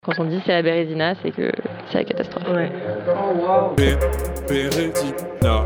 Quand on dit c'est la Bérésina, c'est que c'est la catastrophe. Ouais. Bérésina.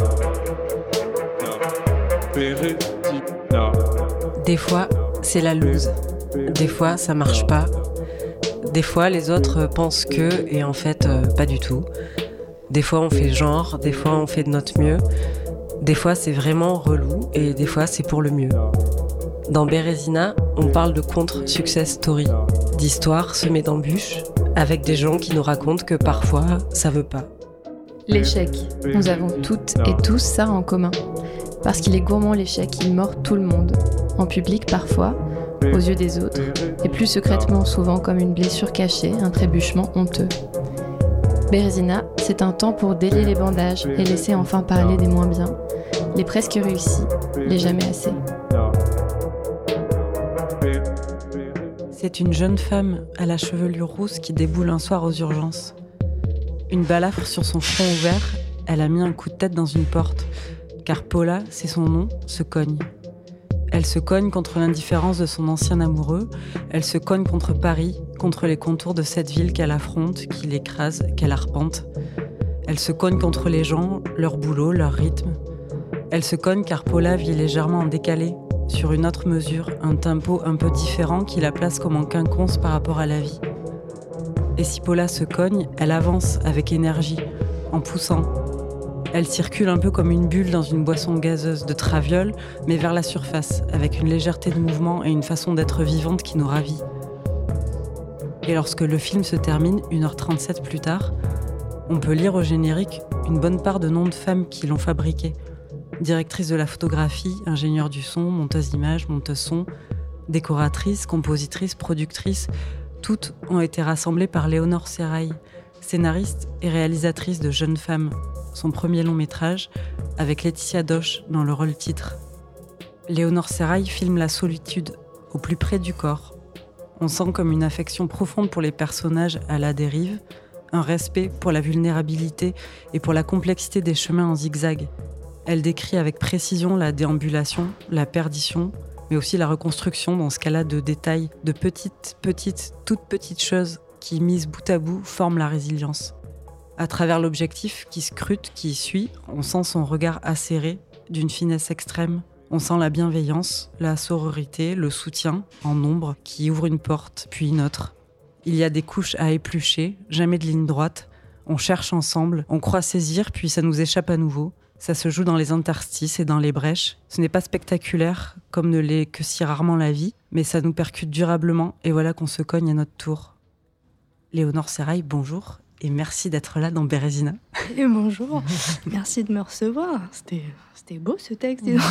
Bérésina. Des fois, c'est la loose. Des fois, ça marche pas. Des fois, les autres pensent que, et en fait, pas du tout. Des fois, on fait genre, des fois, on fait de notre mieux. Des fois, c'est vraiment relou, et des fois, c'est pour le mieux. Dans Bérésina, on parle de contre-success story, d'histoires semées d'embûches, avec des gens qui nous racontent que parfois, ça veut pas. L'échec. Nous avons toutes et tous ça en commun. Parce qu'il est gourmand l'échec, il mord tout le monde. En public parfois, aux yeux des autres, et plus secrètement souvent comme une blessure cachée, un trébuchement honteux. Bérésina, c'est un temps pour délier les bandages et laisser enfin parler des moins bien, les presque réussis, les jamais assez. C'est une jeune femme à la chevelure rousse qui déboule un soir aux urgences. Une balafre sur son front ouvert, elle a mis un coup de tête dans une porte, car Paula, c'est son nom, se cogne. Elle se cogne contre l'indifférence de son ancien amoureux, elle se cogne contre Paris, contre les contours de cette ville qu'elle affronte, qui l'écrase, qu'elle arpente. Elle se cogne contre les gens, leur boulot, leur rythme. Elle se cogne car Paula vit légèrement en décalé, sur une autre mesure, un tempo un peu différent qui la place comme en quinconce par rapport à la vie. Et si Paula se cogne, elle avance avec énergie, en poussant. Elle circule un peu comme une bulle dans une boisson gazeuse de traviole, mais vers la surface, avec une légèreté de mouvement et une façon d'être vivante qui nous ravit. Et lorsque le film se termine, 1h37 plus tard, on peut lire au générique une bonne part de noms de femmes qui l'ont fabriqué. Directrice de la photographie, ingénieure du son, monteuse d'images, monteuse son, décoratrice, compositrice, productrice, toutes ont été rassemblées par Léonore Serrail, scénariste et réalisatrice de Jeunes femmes, son premier long métrage, avec Laetitia Doche dans le rôle titre. Léonore Serrail filme la solitude au plus près du corps. On sent comme une affection profonde pour les personnages à la dérive, un respect pour la vulnérabilité et pour la complexité des chemins en zigzag. Elle décrit avec précision la déambulation, la perdition, mais aussi la reconstruction dans ce cas-là de détails, de toutes petites choses qui, mises bout à bout, forment la résilience. À travers l'objectif qui scrute, qui suit, on sent son regard acéré, d'une finesse extrême. On sent la bienveillance, la sororité, le soutien, en ombre, qui ouvre une porte, puis une autre. Il y a des couches à éplucher, jamais de ligne droite. On cherche ensemble, on croit saisir, puis ça nous échappe à nouveau. Ça se joue dans les interstices et dans les brèches. Ce n'est pas spectaculaire, comme ne l'est que si rarement la vie, mais ça nous percute durablement, et voilà qu'on se cogne à notre tour. Léonore Serrail, bonjour, et merci d'être là dans Bérésina. Et bonjour, merci de me recevoir. C'était beau ce texte, dis donc.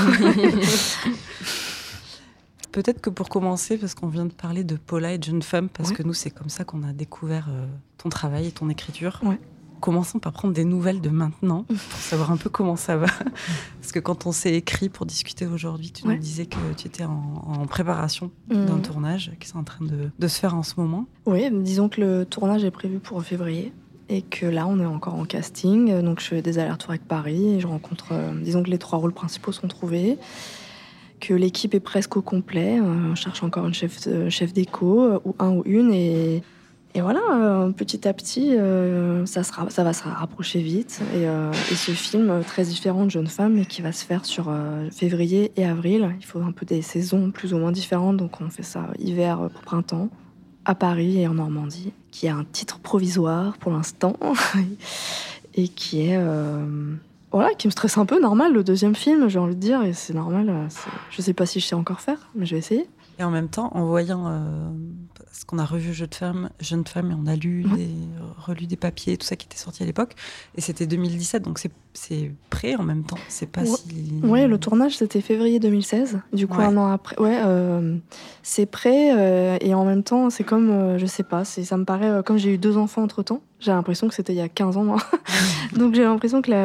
Peut-être que pour commencer, parce qu'on vient de parler de Paula et de Jeunes femmes, parce que nous, c'est comme ça qu'on a découvert ton travail et ton écriture. Ouais. Commençons par prendre des nouvelles de maintenant, pour savoir un peu comment ça va. Parce que quand on s'est écrit pour discuter aujourd'hui, tu nous disais que tu étais en préparation d'un tournage qui est en train de se faire en ce moment. Oui, disons que le tournage est prévu pour février. Et que là, on est encore en casting. Donc, je fais des allers-retours avec Paris. Et je rencontre... disons que les 3 rôles principaux sont trouvés. Que l'équipe est presque au complet. On cherche encore une chef déco, ou un ou une. Et voilà, petit à petit, ça va se rapprocher vite. Et ce film, très différent de Jeunes femmes, mais qui va se faire sur février et avril. Il faut un peu des saisons plus ou moins différentes, donc on fait ça hiver pour printemps, à Paris et en Normandie, qui a un titre provisoire pour l'instant, et qui est... qui me stresse un peu, normal, le deuxième film, j'ai envie de dire, et c'est normal. Je sais pas si je sais encore faire, mais je vais essayer. Et en même temps, en voyant, parce qu'on a revu Jeunes femmes, et on a relu des papiers, tout ça qui était sorti à l'époque, et c'était 2017, donc c'est prêt en même temps, c'est pas si... Oui, le tournage c'était février 2016, du coup un an après, c'est prêt, et en même temps c'est comme, je sais pas, ça me paraît, comme j'ai eu 2 enfants entre-temps, j'ai l'impression que c'était il y a 15 ans, moi. Donc j'ai l'impression que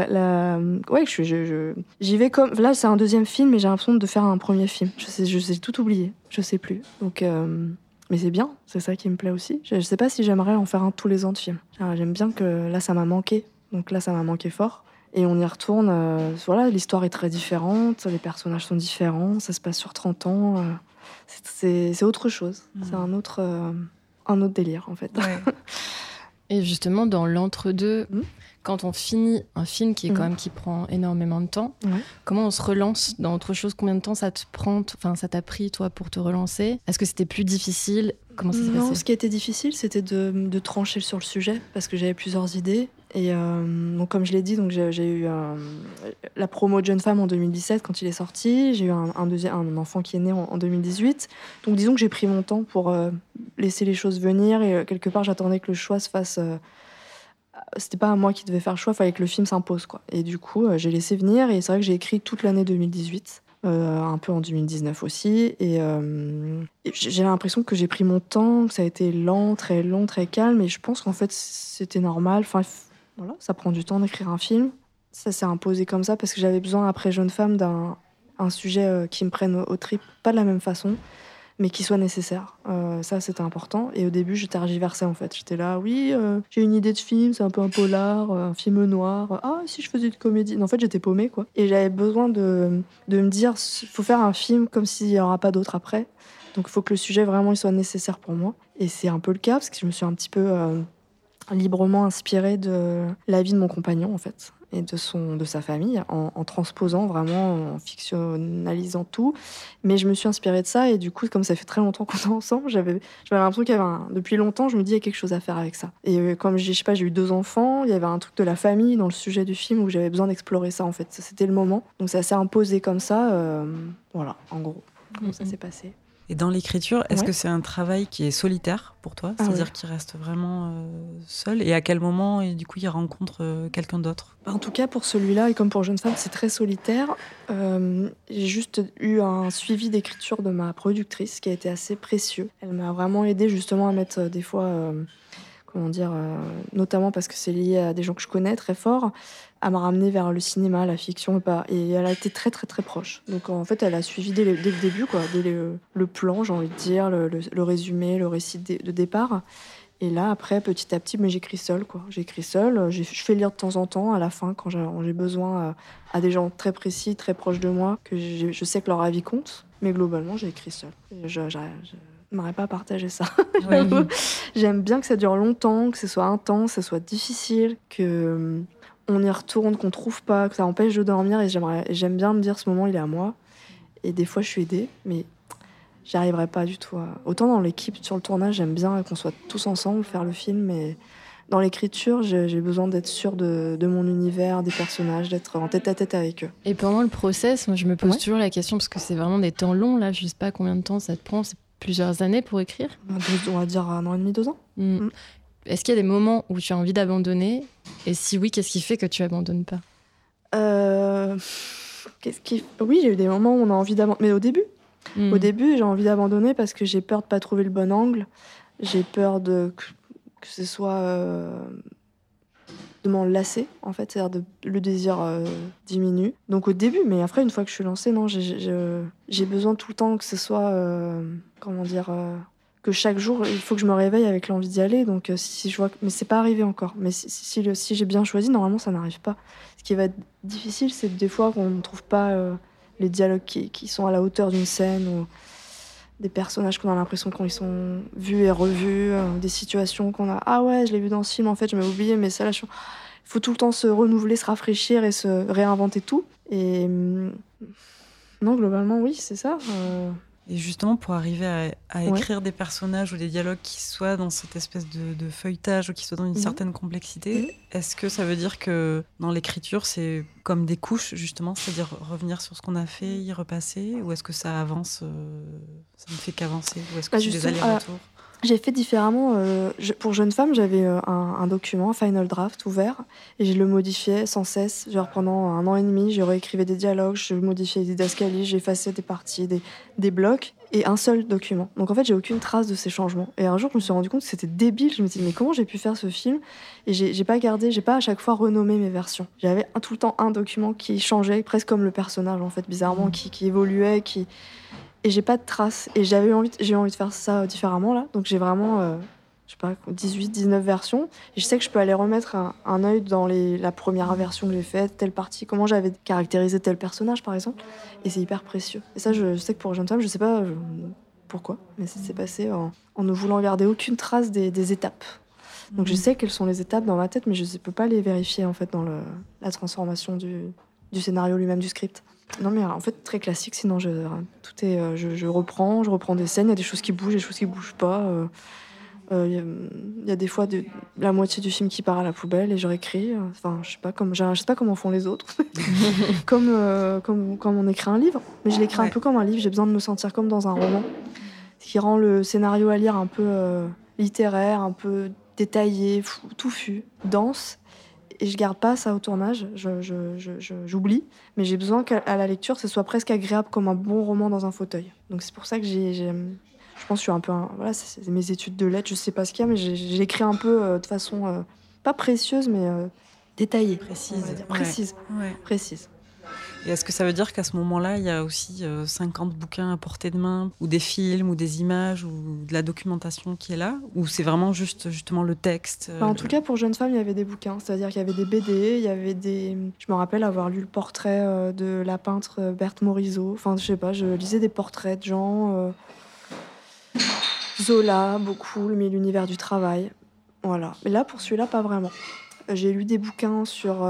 j'y vais comme... Là, c'est un deuxième film, et j'ai l'impression de faire un premier film. Je sais tout oublié. Je sais plus. Donc, mais c'est bien, c'est ça qui me plaît aussi. Je sais pas si j'aimerais en faire un tous les ans de film. J'aime bien que là, ça m'a manqué. Donc là, ça m'a manqué fort. Et on y retourne. L'histoire est très différente. Les personnages sont différents. Ça se passe sur 30 ans. C'est autre chose. C'est un autre délire, en fait. Ouais. Et justement, dans l'entre-deux, quand on finit un film qui est quand même qui prend énormément de temps, comment on se relance dans autre chose? Combien de temps ça t'a pris, toi, pour te relancer? Est-ce que c'était plus difficile? Comment ça s'est passé? Non, ce qui était difficile, c'était de trancher sur le sujet, parce que j'avais plusieurs idées. Et donc, comme je l'ai dit, donc j'ai eu la promo de Jeune Femme en 2017 quand il est sorti. J'ai eu un enfant qui est né en 2018. Donc disons que j'ai pris mon temps pour laisser les choses venir. Et quelque part, j'attendais que le choix se fasse. C'était pas à moi qui devait faire le choix, il fallait que le film s'impose, quoi. Et du coup, j'ai laissé venir. Et c'est vrai que j'ai écrit toute l'année 2018. Un peu en 2019 aussi. Et j'ai l'impression que j'ai pris mon temps, que ça a été lent, très calme. Et je pense qu'en fait, c'était normal. Enfin, voilà, ça prend du temps d'écrire un film. Ça s'est imposé comme ça parce que j'avais besoin, après Jeune Femme, d'un sujet qui me prenne aux tripes, pas de la même façon, mais qui soit nécessaire. Ça, c'était important. Et au début, je tergiversais, en fait. J'étais là, oui, j'ai une idée de film, c'est un peu un polar, un film noir. Ah, si je faisais une comédie. En fait, j'étais paumée, quoi. Et j'avais besoin de me dire, il faut faire un film comme s'il n'y aura pas d'autre après. Donc, il faut que le sujet, vraiment, il soit nécessaire pour moi. Et c'est un peu le cas, parce que je me suis un petit peu librement inspirée de la vie de mon compagnon, en fait, et de sa famille, en transposant vraiment, en fictionnalisant tout. Mais je me suis inspirée de ça, et du coup, comme ça fait très longtemps qu'on est ensemble, j'avais l'impression qu'il y avait depuis longtemps, je me dis, il y a quelque chose à faire avec ça. Et comme j'ai eu 2 enfants, il y avait un truc de la famille dans le sujet du film où j'avais besoin d'explorer ça, en fait. C'était le moment. Donc ça s'est imposé comme ça, voilà, en gros, comment ça s'est passé. Et dans l'écriture, est-ce que c'est un travail qui est solitaire pour toi? C'est-à-dire qu'il reste vraiment seul? Et à quel moment, et du coup, il rencontre quelqu'un d'autre? En tout cas, pour celui-là, et comme pour Jeune Femme, c'est très solitaire. J'ai juste eu un suivi d'écriture de ma productrice qui a été assez précieux. Elle m'a vraiment aidée justement à mettre des fois, notamment parce que c'est lié à des gens que je connais très fort, à me ramener vers le cinéma, la fiction, et elle a été très très très proche. Donc en fait, elle a suivi dès le début, quoi, dès le plan, j'ai envie de dire, le résumé, le récit de départ. Et là, après, petit à petit, mais j'écris seule, quoi. J'écris seule, je fais lire de temps en temps, à la fin, quand j'ai besoin à des gens très précis, très proches de moi, que je sais que leur avis compte. Mais globalement, j'écris seule. Je n'aimerais pas partager ça. Oui. J'aime bien que ça dure longtemps, que ce soit intense, que ce soit difficile, que on y retourne, qu'on trouve pas, que ça empêche de dormir. Et j'aime bien me dire, ce moment, il est à moi. Et des fois, je suis aidée, mais j'y arriverai pas du tout. Autant dans l'équipe, sur le tournage, j'aime bien qu'on soit tous ensemble, faire le film, mais dans l'écriture, j'ai besoin d'être sûre de mon univers, des personnages, d'être en tête-à-tête avec eux. Et pendant le process, moi, je me pose toujours la question, parce que c'est vraiment des temps longs, là, je sais pas combien de temps ça te prend, c'est plusieurs années pour écrire? On va dire 1 an et demi, 2 ans. Est-ce qu'il y a des moments où tu as envie d'abandonner? Et si oui, qu'est-ce qui fait que tu abandonnes pas? Oui, j'ai eu des moments où on a envie d'abandonner, mais au début, j'ai envie d'abandonner parce que j'ai peur de pas trouver le bon angle. J'ai peur que ce soit de m'en lasser, en fait, c'est-à-dire le désir diminue. Donc au début, mais après, une fois que je suis lancée, non, j'ai besoin tout le temps que ce soit, que chaque jour, il faut que je me réveille avec l'envie d'y aller. Donc si je vois, mais c'est pas arrivé encore. Mais si j'ai bien choisi, normalement, ça n'arrive pas. Ce qui va être difficile, c'est des fois qu'on ne trouve pas les dialogues qui sont à la hauteur d'une scène, ou des personnages qu'on a l'impression qu'ils sont vus et revus, des situations qu'on a, ah ouais, je l'ai vu dans ce film, en fait, je m'avais oublié, mais ça, là, il faut tout le temps se renouveler, se rafraîchir et se réinventer tout. Et non, globalement, oui, c'est ça. Et justement, pour arriver à écrire des personnages ou des dialogues qui soient dans cette espèce de feuilletage, ou qui soient dans une certaine complexité, est-ce que ça veut dire que dans l'écriture, c'est comme des couches, justement, c'est-à-dire revenir sur ce qu'on a fait, y repasser, ou est-ce que ça avance, ça ne fait qu'avancer, ou est-ce que c'est des allers-retours? J'ai fait différemment. Pour Jeune Femme, j'avais un document, un final draft ouvert, et je le modifiais sans cesse. Genre pendant 1 an et demi, je réécrivais des dialogues, je modifiais des didascalies, j'effaçais des parties, des blocs, et un seul document. Donc en fait, j'ai aucune trace de ces changements. Et un jour, je me suis rendu compte que c'était débile. Je me suis dit, mais comment j'ai pu faire ce film? Et j'ai pas à chaque fois renommé mes versions. J'avais tout le temps un document qui changeait, presque comme le personnage, en fait, bizarrement, qui évoluait, Et j'ai pas de traces. Et j'ai eu envie de faire ça différemment, là. Donc j'ai vraiment, 18, 19 versions. Et je sais que je peux aller remettre un œil dans la première version que j'ai faite, telle partie, comment j'avais caractérisé tel personnage, par exemple. Et c'est hyper précieux. Et ça, je sais que pour Jeune Femme, je sais pas, pourquoi, mais ça s'est passé en ne voulant garder aucune trace des étapes. Donc je sais quelles sont les étapes dans ma tête, mais je ne peux pas les vérifier en fait dans la transformation du scénario lui-même, du script. Non mais en fait très classique, sinon je reprends des scènes, il y a des choses qui bougent, des choses qui bougent pas. Il y a des fois la moitié du film qui part à la poubelle et je réécris. Enfin je sais pas comment font les autres, comme on écrit un livre, mais je l'écris un peu comme un livre. J'ai besoin de me sentir comme dans un roman, ce qui rend le scénario à lire un peu littéraire, un peu détaillé, touffu, dense. Et je garde pas ça au tournage, j'oublie, mais j'ai besoin qu'à la lecture, ce soit presque agréable comme un bon roman dans un fauteuil. Donc c'est pour ça que je pense que je suis un peu... voilà, c'est mes études de lettres, je sais pas ce qu'il y a, mais j'ai écrit un peu de façon pas précieuse, mais détaillée. Précise. Et est-ce que ça veut dire qu'à ce moment-là, il y a aussi 50 bouquins à portée de main, ou des films, ou des images, ou de la documentation qui est là, ou c'est vraiment justement le texte En tout cas, pour Jeune Femme, il y avait des bouquins. C'est-à-dire qu'il y avait des BD, il y avait des... Je me rappelle avoir lu le portrait de la peintre Berthe Morisot. Enfin, je sais pas, je lisais des portraits de gens... Zola, beaucoup, mais l'univers du travail. Voilà. Mais là, pour celui-là, pas vraiment. J'ai lu des bouquins sur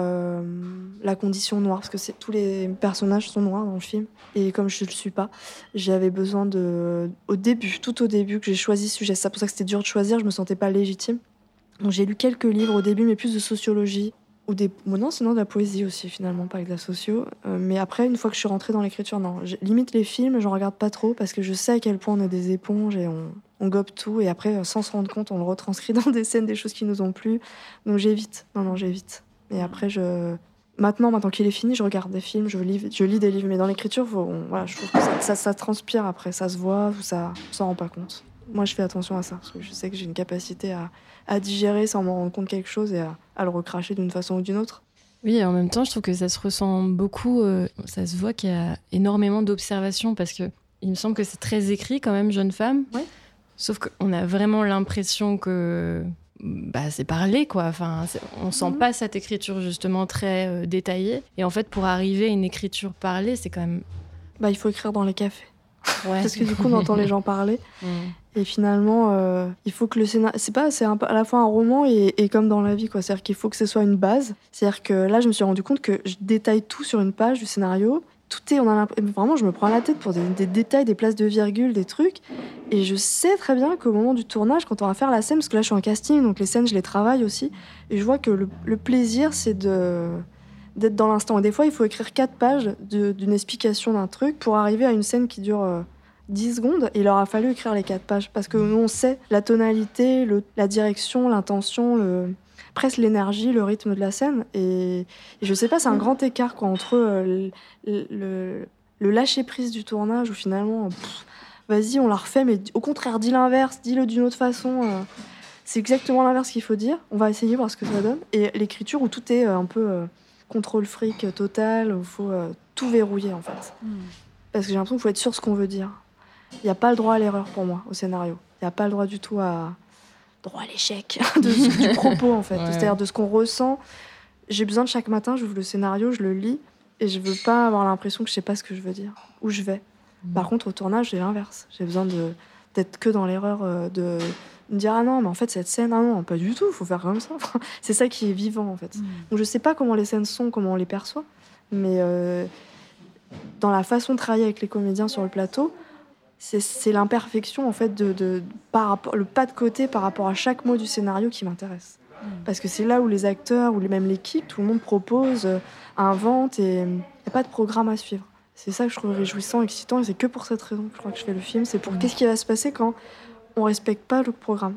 la condition noire, parce que tous les personnages sont noirs dans le film. Et comme je ne le suis pas, j'avais besoin tout au début, que j'ai choisi ce sujet. C'est pour ça que c'était dur de choisir, je me sentais pas légitime. Donc j'ai lu quelques livres au début, mais plus de sociologie. Sinon de la poésie aussi, finalement, pas avec de la socio. Mais après, une fois que je suis rentrée dans l'écriture, non. Limite les films, j'en regarde pas trop, parce que je sais à quel point on est des éponges et on gobe tout. Et après, sans se rendre compte, on le retranscrit dans des scènes, des choses qui nous ont plu. Donc j'évite. J'évite. Et après, maintenant qu'il est fini, je regarde des films, je lis des livres. Mais dans l'écriture, je trouve que ça transpire après. Ça se voit, ou ça s'en rend pas compte. Moi, je fais attention à ça, parce que je sais que j'ai une capacité à digérer sans m'en rendre compte quelque chose et à le recracher d'une façon ou d'une autre. Oui, et en même temps, je trouve que ça se ressent beaucoup. Ça se voit qu'il y a énormément d'observations, parce que il me semble que c'est très écrit quand même, Jeune Femme. Oui. Sauf qu'on a vraiment l'impression que c'est parlé, quoi. Enfin, on sent pas cette écriture justement très détaillée. Et en fait, pour arriver à une écriture parlée, c'est quand même... Il faut écrire dans les cafés. Ouais. Parce que du coup, on entend les gens parler. Et finalement, il faut que le scénario... C'est à la fois un roman et comme dans la vie, quoi. C'est-à-dire qu'il faut que ce soit une base. C'est-à-dire que là, je me suis rendu compte que je détaille tout sur une page du scénario. Vraiment, je me prends la tête pour des détails, des places de virgule, des trucs. Et je sais très bien qu'au moment du tournage, quand on va faire la scène, parce que là, je suis en casting, donc les scènes, je les travaille aussi. Et je vois que le plaisir, c'est d'être dans l'instant. Et des fois, il faut écrire 4 pages d'une explication d'un truc pour arriver à une scène qui dure 10 secondes. Et il aura fallu écrire les 4 pages. Parce que nous, on sait la tonalité, la direction, l'intention, presque l'énergie, le rythme de la scène. Et je sais pas, c'est un grand écart quoi, entre le lâcher-prise du tournage où finalement, vas-y, on la refait, mais au contraire, dis l'inverse, dis-le d'une autre façon. C'est exactement l'inverse qu'il faut dire. On va essayer, voir ce que ça donne. Et l'écriture où tout est un peu... contrôle fric total, où il faut tout verrouiller en fait. Parce que j'ai l'impression qu'il faut être sûr de ce qu'on veut dire. Il n'y a pas le droit à l'erreur pour moi au scénario. Il n'y a pas le droit du tout droit à l'échec du propos en fait. Ouais. C'est-à-dire de ce qu'on ressent. J'ai besoin de chaque matin, j'ouvre le scénario, je le lis et je veux pas avoir l'impression que je sais pas ce que je veux dire, où je vais. Par contre au tournage, j'ai l'inverse. J'ai besoin d'être que dans l'erreur de me dire ah non mais en fait cette scène non pas du tout, faut faire comme ça. C'est ça qui est vivant en fait. Donc je sais pas comment les scènes sont, comment on les perçoit, mais dans la façon de travailler avec les comédiens sur le plateau, c'est l'imperfection en fait par rapport, le pas de côté par rapport à chaque mot du scénario qui m'intéresse. Parce que c'est là où les acteurs ou même l'équipe, tout le monde propose, invente et il n'y a pas de programme à suivre. C'est ça que je trouve réjouissant, excitant et c'est que pour cette raison que je crois que je fais le film. C'est pour qu'est-ce qui va se passer quand on respecte pas le programme,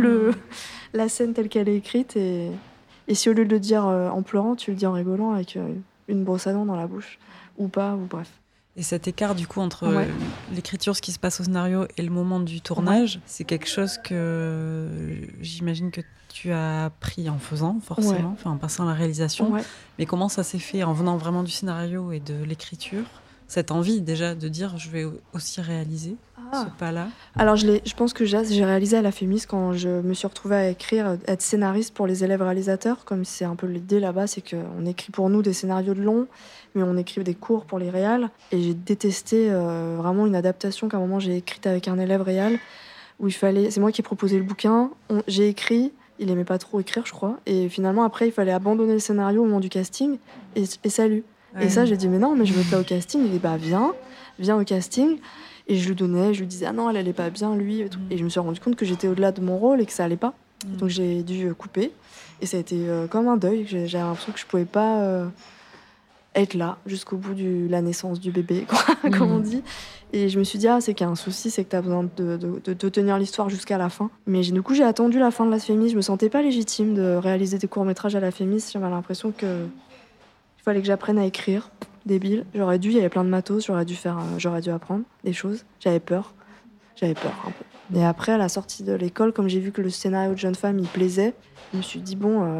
la scène telle qu'elle est écrite et si au lieu de le dire en pleurant, tu le dis en rigolant avec une brosse à dents dans la bouche ou pas, ou bref. Et cet écart du coup entre l'écriture, ce qui se passe au scénario et le moment du tournage, c'est quelque chose que j'imagine que tu as appris en faisant forcément, en passant à la réalisation. Mais comment ça s'est fait en venant vraiment du scénario et de l'écriture ? Cette envie déjà de dire je vais aussi réaliser. ce pas-là? Alors, je pense que j'ai réalisé à la Fémis quand je me suis retrouvée à écrire, être scénariste pour les élèves réalisateurs. Comme c'est un peu l'idée là-bas, c'est qu'on écrit pour nous des scénarios de long, mais on écrit des cours pour les réals. Et j'ai détesté vraiment une adaptation qu'à un moment j'ai écrite avec un élève réal, où c'est moi qui ai proposé le bouquin, j'ai écrit, il aimait pas trop écrire, je crois. Et finalement, après, il fallait abandonner le scénario au moment du casting, et salut. Ouais. Et ça, j'ai dit, mais non, mais je veux être là au casting. Il dit, bah viens au casting. Et je lui donnais, je lui disais, ah non, elle allait pas bien, lui. Et, tout. Et je me suis rendu compte que j'étais au-delà de mon rôle et que ça allait pas. Donc j'ai dû couper. Et ça a été comme un deuil. J'ai l'impression que je pouvais pas être là jusqu'au bout de la naissance du bébé, comme on dit. Et je me suis dit, c'est qu'il y a un souci, c'est que t'as besoin de tenir l'histoire jusqu'à la fin. Mais du coup, j'ai attendu la fin de la Fémis. Je me sentais pas légitime de réaliser des courts-métrages à la Fémis. J'avais l'impression qu'il fallait que j'apprenne à écrire. Débile. Il y avait plein de matos, j'aurais dû apprendre des choses. J'avais peur un peu. Et après, à la sortie de l'école, comme j'ai vu que le scénario de Jeune Femme, il plaisait, je me suis dit,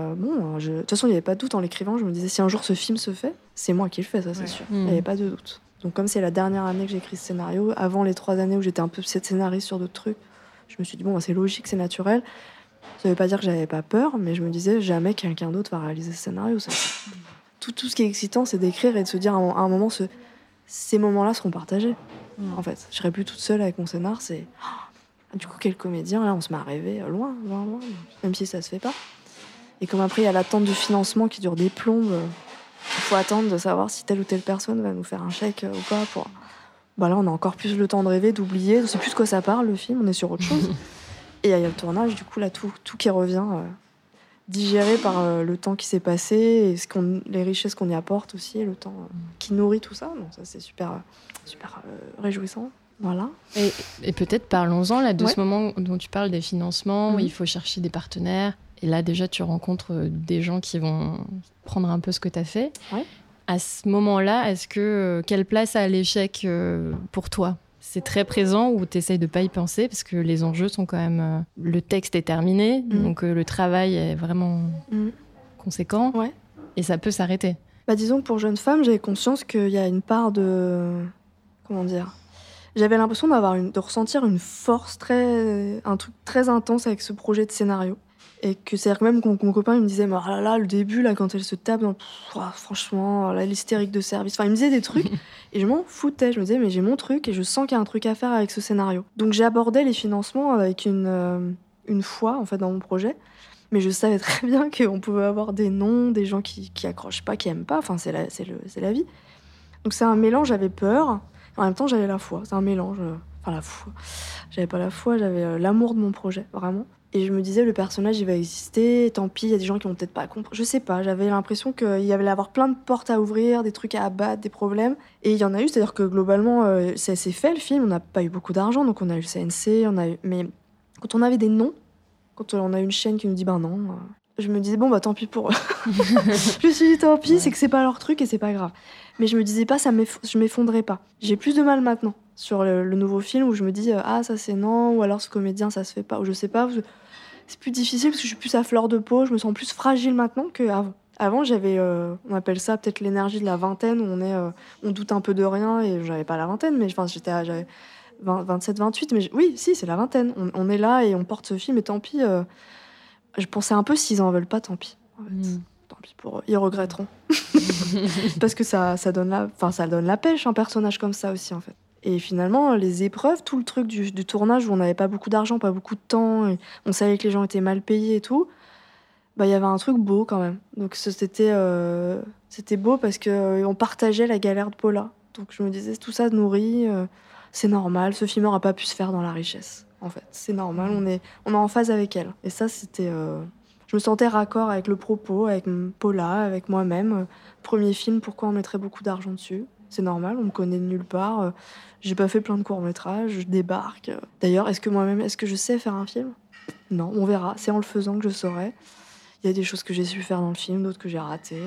de toute façon, il n'y avait pas de doute en l'écrivant. Je me disais, si un jour ce film se fait, c'est moi qui le fais, ça, c'est sûr. Il n'y avait pas de doute. Donc, comme c'est la dernière année que j'écris ce scénario, avant les 3 années où j'étais un peu scénariste sur d'autres trucs, je me suis dit, c'est logique, c'est naturel. Ça ne veut pas dire que j'avais pas peur, mais je me disais, jamais quelqu'un d'autre va réaliser ce scénario, ça. Tout ce qui est excitant, c'est d'écrire et de se dire à un moment, ces moments-là seront partagés. En fait, je serai plus toute seule avec mon scénar. Du coup, quel comédien, là, on se met à rêver loin, même si ça se fait pas. Et comme après, il y a l'attente du financement qui dure des plombes, il faut attendre de savoir si telle ou telle personne va nous faire un chèque ou pas. Là, on a encore plus le temps de rêver, d'oublier, on sait plus de quoi ça parle, le film, on est sur autre chose. Et il y a le tournage, du coup, là, tout qui revient... digéré par le temps qui s'est passé et les richesses qu'on y apporte aussi, et le temps qui nourrit tout ça. Donc ça, c'est super réjouissant. Voilà. Et peut-être parlons-en là, de ce moment dont tu parles des financements, où il faut chercher des partenaires. Et là, déjà, tu rencontres des gens qui vont prendre un peu ce que tu as fait. Ouais. À ce moment-là, quelle place a l'échec pour toi ? C'est très présent ou tu essayes de ne pas y penser parce que les enjeux sont quand même... le texte est terminé, donc le travail est vraiment conséquent et ça peut s'arrêter. Disons que pour Jeune Femme, j'avais conscience qu'il y a une part de... Comment dire ? J'avais l'impression de ressentir une force un truc très intense avec ce projet de scénario. Et que c'est-à-dire que même mon copain il me disait, oh là là, le début, là, quand elle se tape, franchement, l'hystérique de service. Enfin, il me disait des trucs et je m'en foutais. Je me disais, mais j'ai mon truc et je sens qu'il y a un truc à faire avec ce scénario. Donc j'ai abordé les financements avec une foi, en fait, dans mon projet. Mais je savais très bien qu'on pouvait avoir des noms, des gens qui accrochent pas, qui aiment pas. Enfin, c'est la vie. Donc c'est un mélange, j'avais peur. En même temps, j'avais la foi. C'est un mélange. Enfin, la foi. J'avais pas la foi, j'avais l'amour de mon projet, vraiment. Et je me disais, le personnage, il va exister, tant pis, il y a des gens qui vont peut-être pas comprendre. Je sais pas, j'avais l'impression qu'il y allait avoir plein de portes à ouvrir, des trucs à abattre, des problèmes. Et il y en a eu, c'est-à-dire que globalement, ça s'est fait le film, on n'a pas eu beaucoup d'argent, donc on a eu le CNC, mais quand on avait des noms, quand on a une chaîne qui nous dit, non, je me disais, tant pis pour eux. Je me suis dit, tant pis, c'est que c'est pas leur truc et c'est pas grave. Mais je me disais pas, je m'effondrais pas. J'ai plus de mal maintenant sur le nouveau film où je me dis, ça c'est non, ou alors ce comédien ça se fait pas, ou je sais pas. C'est plus difficile parce que je suis plus à fleur de peau, je me sens plus fragile maintenant qu'avant. Avant, j'avais, on appelle ça peut-être l'énergie de la vingtaine, où on doute un peu de rien, et j'avais pas la vingtaine, mais j'avais 27, 28, mais oui, si, c'est la vingtaine. On est là et on porte ce film, et tant pis. Je pensais un peu, s'ils en veulent pas, tant pis. En fait. Tant pis pour eux, ils regretteront. Parce que ça donne la pêche, un personnage comme ça aussi, en fait. Et finalement, les épreuves, tout le truc du tournage où on n'avait pas beaucoup d'argent, pas beaucoup de temps, et on savait que les gens étaient mal payés et tout, il y avait un truc beau quand même. Donc c'était beau parce qu'on partageait la galère de Paula. Donc je me disais, tout ça nourrit, c'est normal, ce film n'aura pas pu se faire dans la richesse. En fait, c'est normal, on est en phase avec elle. Et ça, c'était... je me sentais raccord avec le propos, avec Paula, avec moi-même. Premier film, pourquoi on mettrait beaucoup d'argent dessus ? C'est normal, on me connaît de nulle part. J'ai pas fait plein de courts-métrages, je débarque. D'ailleurs, est-ce que je sais faire un film ? Non, on verra. C'est en le faisant que je saurai. Il y a des choses que j'ai su faire dans le film, d'autres que j'ai ratées.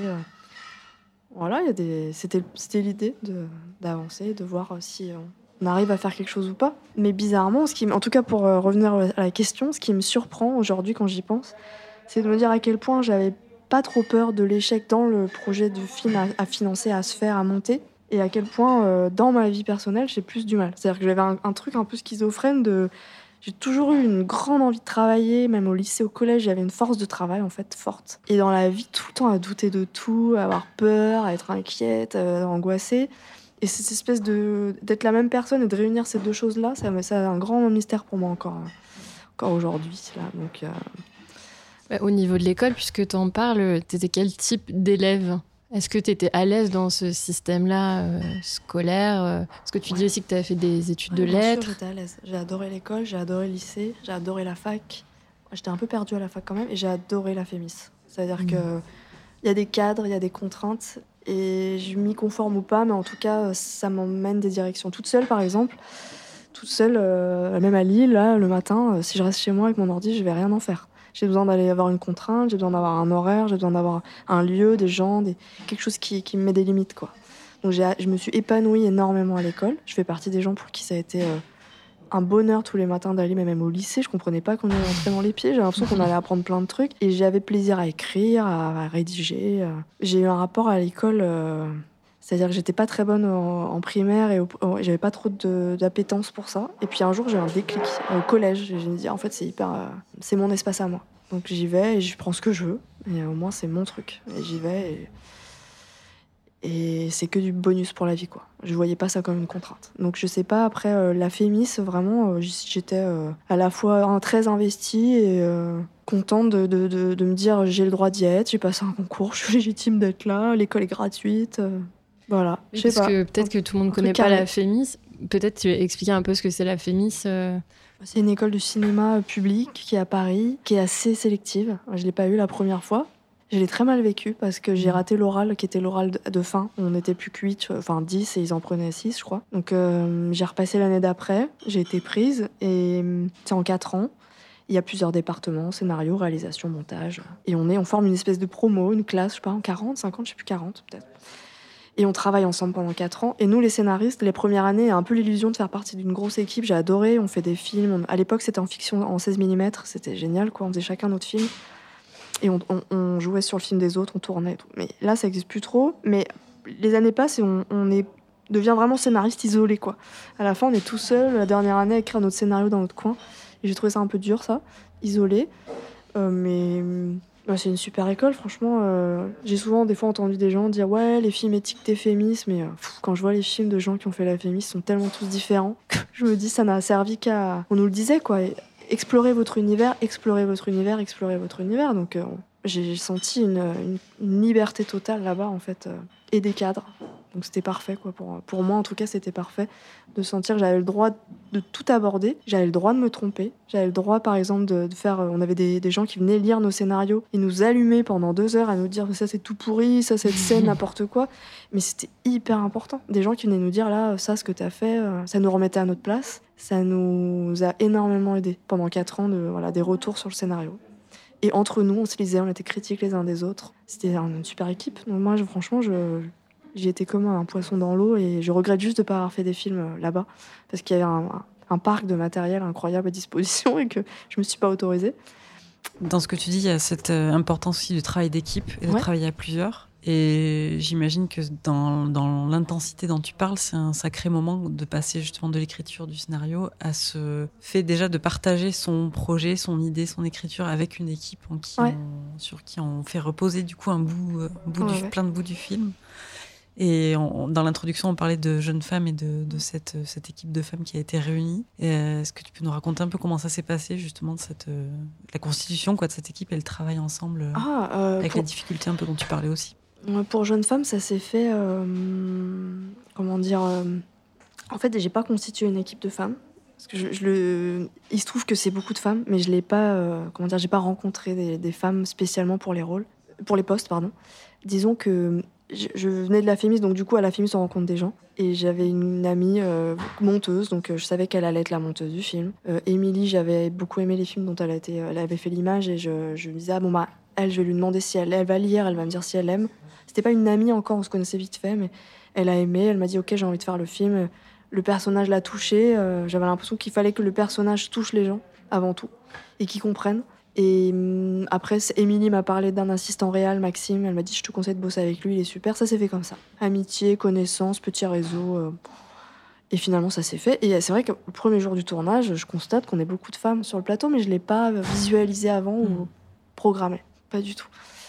Voilà, c'était l'idée d'avancer, de voir si on arrive à faire quelque chose ou pas. Mais bizarrement, en tout cas pour revenir à la question, ce qui me surprend aujourd'hui quand j'y pense, c'est de me dire à quel point j'avais pas trop peur de l'échec dans le projet de film à financer, à se faire, à monter. et à quel point, dans ma vie personnelle, j'ai plus du mal. C'est-à-dire que j'avais un truc un peu schizophrène de... J'ai toujours eu une grande envie de travailler, même au lycée, au collège, j'avais une force de travail, en fait, forte. Et dans la vie, tout le temps, à douter de tout, à avoir peur, à être inquiète, angoissée. Et cette espèce d'être la même personne et de réunir ces deux choses-là, ça a un grand mystère pour moi encore aujourd'hui. Là. Donc, Au niveau de l'école, puisque tu en parles, tu étais quel type d'élève ? Est-ce que tu étais à l'aise dans ce système-là scolaire ? Parce que tu dis aussi que tu as fait des études de lettres. Bien sûr, j'étais à l'aise. J'ai adoré l'école, j'ai adoré le lycée, j'ai adoré la fac. J'étais un peu perdue à la fac quand même, et j'ai adoré la Fémis. C'est-à-dire qu'il y a des cadres, il y a des contraintes, et je m'y conforme ou pas, mais en tout cas, ça m'emmène des directions. Toute seule, par exemple, même à Lille, là, le matin, si je reste chez moi avec mon ordi, je vais rien en faire. J'ai besoin d'aller avoir une contrainte, j'ai besoin d'avoir un horaire, j'ai besoin d'avoir un lieu, des gens, quelque chose qui me met des limites, quoi. Donc je me suis épanouie énormément à l'école. Je fais partie des gens pour qui ça a été un bonheur tous les matins d'aller, mais même au lycée, je comprenais pas qu'on allait rentrer dans les pieds. J'avais l'impression qu'on allait apprendre plein de trucs. Et j'avais plaisir à écrire, à rédiger. J'ai eu un rapport à l'école... C'est-à-dire que j'étais pas très bonne en primaire et j'avais pas trop d'appétence pour ça. Et puis un jour, j'ai eu un déclic au collège. Je me dis, en fait, c'est mon espace à moi. Donc j'y vais et je prends ce que je veux. Et au moins, c'est mon truc. Et j'y vais et c'est que du bonus pour la vie, quoi. Je voyais pas ça comme une contrainte. Donc je sais pas, après, la Fémis, vraiment, j'étais à la fois très investie et contente de me dire, j'ai le droit d'y être, j'ai passé un concours, je suis légitime d'être là, l'école est gratuite... Voilà, je sais pas. Parce que peut-être que tout le monde ne connaît pas la Fémis. Peut-être tu veux expliquer un peu ce que c'est la Fémis. C'est une école de cinéma publique qui est à Paris, qui est assez sélective. Je ne l'ai pas eue la première fois. Je l'ai très mal vécue parce que j'ai raté l'oral, qui était l'oral de fin. On n'était plus que 8, enfin 10, et ils en prenaient 6, je crois. Donc j'ai repassé l'année d'après, j'ai été prise, et c'est en 4 ans. Il y a plusieurs départements, scénario, réalisation, montage. Et on forme une espèce de promo, une classe, je sais pas, en 40, 50, je sais plus, 40 peut-être. Et on travaille ensemble pendant 4 ans. Et nous, les scénaristes, les premières années, il y a un peu l'illusion de faire partie d'une grosse équipe. J'ai adoré, on fait des films. À l'époque, c'était en fiction en 16 mm. C'était génial, quoi. On faisait chacun notre film. Et on jouait sur le film des autres, on tournait et tout. Mais là, ça n'existe plus trop. Mais les années passent et on devient vraiment scénariste isolé, quoi. À la fin, on est tout seul, la dernière année, à écrire notre scénario dans notre coin. Et j'ai trouvé ça un peu dur, ça, isolé. Mais... c'est une super école, franchement. J'ai souvent, des fois, entendu des gens dire « Ouais, les films éthiques des Fémis », mais quand je vois les films de gens qui ont fait la Fémis, ils sont tellement tous différents. Je me dis, ça n'a servi qu'à... On nous le disait, quoi. Explorez votre univers, explorez votre univers, explorez votre univers. Donc, j'ai senti une liberté totale là-bas, en fait, et des cadres. Donc c'était parfait, quoi. Pour moi, en tout cas, c'était parfait de sentir que j'avais le droit de tout aborder. J'avais le droit de me tromper. J'avais le droit, par exemple, de faire... On avait des gens qui venaient lire nos scénarios et nous allumer pendant 2 heures à nous dire « Ça, c'est tout pourri, ça, cette scène, n'importe quoi ». Mais c'était hyper important. Des gens qui venaient nous dire « Là, ça, ce que t'as fait, ça nous remettait à notre place ». Ça nous a énormément aidés pendant 4 ans, des retours sur le scénario. Et entre nous, on se lisait, on était critiques les uns des autres. C'était une super équipe. Donc moi, franchement, j'y étais comme un poisson dans l'eau et je regrette juste de ne pas avoir fait des films là-bas parce qu'il y avait un parc de matériel incroyable à disposition et que je ne me suis pas autorisée. Dans ce que tu dis, il y a cette importance aussi du travail d'équipe et de travailler à plusieurs. Et j'imagine que dans l'intensité dont tu parles, c'est un sacré moment de passer justement de l'écriture du scénario à ce fait déjà de partager son projet, son idée, son écriture avec une équipe sur qui on fait reposer du coup plein de bouts du film. Et dans l'introduction, on parlait de jeunes femmes et de cette équipe de femmes qui a été réunie. Est-ce que tu peux nous raconter un peu comment ça s'est passé, justement, la constitution de cette équipe et le travail ensemble avec les difficultés un peu dont tu parlais aussi? Pour jeunes femmes, ça s'est fait... En fait, j'ai pas constitué une équipe de femmes. Parce que il se trouve que c'est beaucoup de femmes, mais je l'ai pas... j'ai pas rencontré des femmes spécialement pour les postes, pardon. Disons que... Je venais de la Fémis, donc du coup, à la Fémis, on rencontre des gens. Et j'avais une amie monteuse, donc je savais qu'elle allait être la monteuse du film. Émilie, j'avais beaucoup aimé les films dont elle avait fait l'image, et je me disais, elle, je vais lui demander si elle va lire, elle va me dire si elle aime. C'était pas une amie encore, on se connaissait vite fait, mais elle a aimé, elle m'a dit, ok, j'ai envie de faire le film. Le personnage l'a touchée, j'avais l'impression qu'il fallait que le personnage touche les gens, avant tout, et qu'ils comprennent. Et après, Émilie m'a parlé d'un assistant réel, Maxime. Elle m'a dit, je te conseille de bosser avec lui, il est super. Ça s'est fait comme ça. Amitié, connaissance, petit réseau. Et finalement, ça s'est fait. Et c'est vrai que le premier jour du tournage, je constate qu'on est beaucoup de femmes sur le plateau, mais je ne l'ai pas visualisé avant ou programmé. Pas du tout.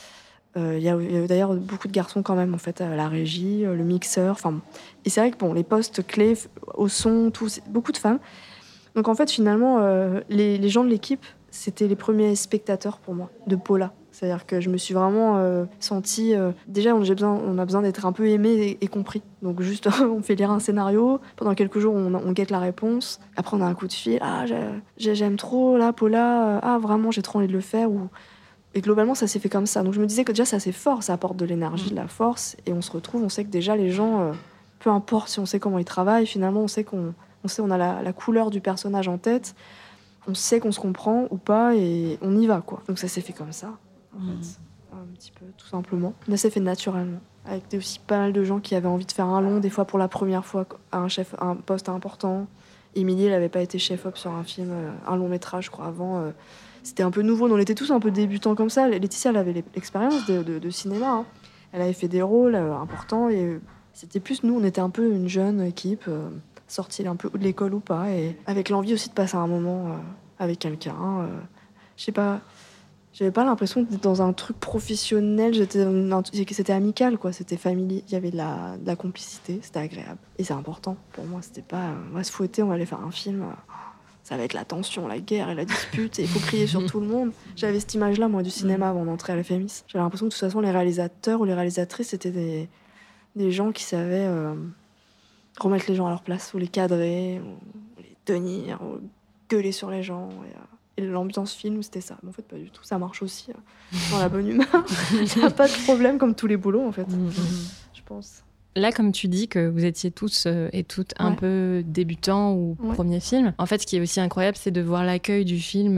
Il y a d'ailleurs beaucoup de garçons quand même, en fait, à la régie, le mixeur. Et c'est vrai que les postes clés, au son, tout, c'est beaucoup de femmes. Donc en fait, finalement, les gens de l'équipe, c'était les premiers spectateurs pour moi, de Paula. C'est-à-dire que je me suis vraiment sentie... déjà, on a besoin d'être un peu aimé et compris. Donc juste, on fait lire un scénario. Pendant quelques jours, on guette la réponse. Après, on a un coup de fil. Ah, j'aime trop, là, Paula. Ah, vraiment, j'ai trop envie de le faire. Et globalement, ça s'est fait comme ça. Donc je me disais que déjà, ça c'est fort. Ça apporte de l'énergie, de la force. Et on se retrouve, on sait que déjà, les gens, peu importe si on sait comment ils travaillent, finalement, on sait on a la couleur du personnage en tête. On sait qu'on se comprend ou pas et on y va, quoi. Donc ça s'est fait comme ça, en fait. Un petit peu, tout simplement. Ça s'est fait naturellement. Avec aussi pas mal de gens qui avaient envie de faire un long, des fois pour la première fois, un poste important. Émilie, elle n'avait pas été chef-op sur un film, un long métrage, je crois, avant. C'était un peu nouveau, on était tous un peu débutants comme ça. Laetitia, elle avait l'expérience de cinéma. Hein. Elle avait fait des rôles importants et c'était plus nous, on était un peu une jeune équipe, sortie un peu de l'école ou pas, et avec l'envie aussi de passer un moment avec quelqu'un. Je sais pas, j'avais pas l'impression d'être dans un truc professionnel, c'était amical, quoi. C'était familier, il y avait de la complicité, c'était agréable. Et c'est important pour moi, c'était pas on va se fouetter, on va aller faire un film. Ça va être la tension, la guerre et la dispute, et il faut crier sur tout le monde. J'avais cette image-là, moi, du cinéma avant d'entrer à la FEMIS. J'avais l'impression que de toute façon, les réalisateurs ou les réalisatrices, c'était des gens qui savaient remettre les gens à leur place, ou les cadrer, ou les tenir, ou gueuler sur les gens. Et l'ambiance film, c'était ça. Mais en fait, pas du tout. Ça marche aussi dans la bonne humeur. Il n'y a pas de problème comme tous les boulots, en fait, je pense. Là, comme tu dis que vous étiez tous et toutes un peu débutants ou premier film, en fait, ce qui est aussi incroyable, c'est de voir l'accueil du film,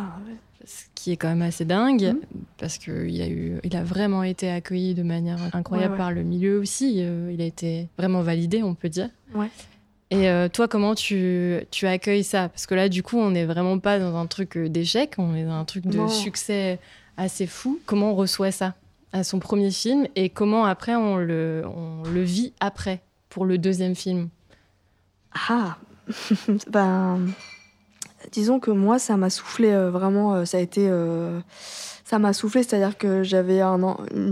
ce qui est quand même assez dingue, parce qu'il a vraiment été accueilli de manière incroyable par le milieu aussi. Il a été vraiment validé, on peut dire. Ouais. Et toi, comment tu accueilles ça ? Parce que là, du coup, on n'est vraiment pas dans un truc d'échec, on est dans un truc de succès assez fou. Comment on reçoit ça ? À son premier film, et comment après on le vit après pour le deuxième film? Disons que moi ça m'a soufflé vraiment, ça m'a soufflé, c'est-à-dire que j'avais une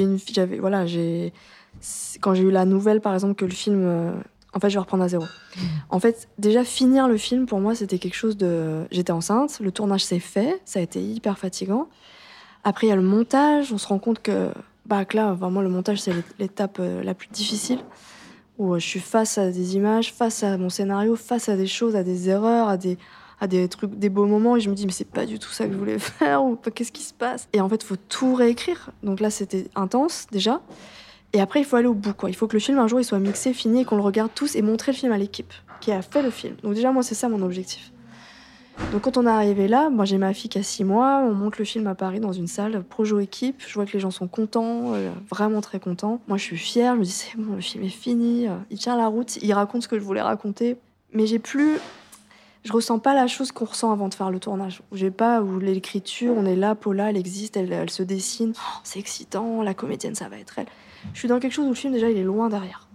fille, quand j'ai eu la nouvelle par exemple que le film en fait je vais reprendre à zéro. En fait déjà finir le film pour moi c'était quelque chose j'étais enceinte, le tournage s'est fait, ça a été hyper fatigant. Après, il y a le montage. On se rend compte que là, vraiment, le montage, c'est l'étape la plus difficile. Où je suis face à des images, face à mon scénario, face à des choses, à des erreurs, à des trucs, des beaux moments. Et je me dis, mais c'est pas du tout ça que je voulais faire. Ou qu'est-ce qui se passe ? Et en fait, il faut tout réécrire. Donc là, c'était intense, déjà. Et après, il faut aller au bout, quoi. Il faut que le film, un jour, il soit mixé, fini, et qu'on le regarde tous et montrer le film à l'équipe qui a fait le film. Donc déjà, moi, c'est ça mon objectif. Donc quand on est arrivé là, j'ai ma fille qui a 6 mois, on monte le film à Paris dans une salle, projo équipe, je vois que les gens sont contents, vraiment très contents. Moi je suis fière, je me dis c'est bon, le film est fini, il tient la route, il raconte ce que je voulais raconter. Mais je ressens pas la chose qu'on ressent avant de faire le tournage. Où l'écriture, on est là, Paula, elle existe, elle se dessine, c'est excitant, la comédienne ça va être elle. Je suis dans quelque chose où le film déjà il est loin derrière.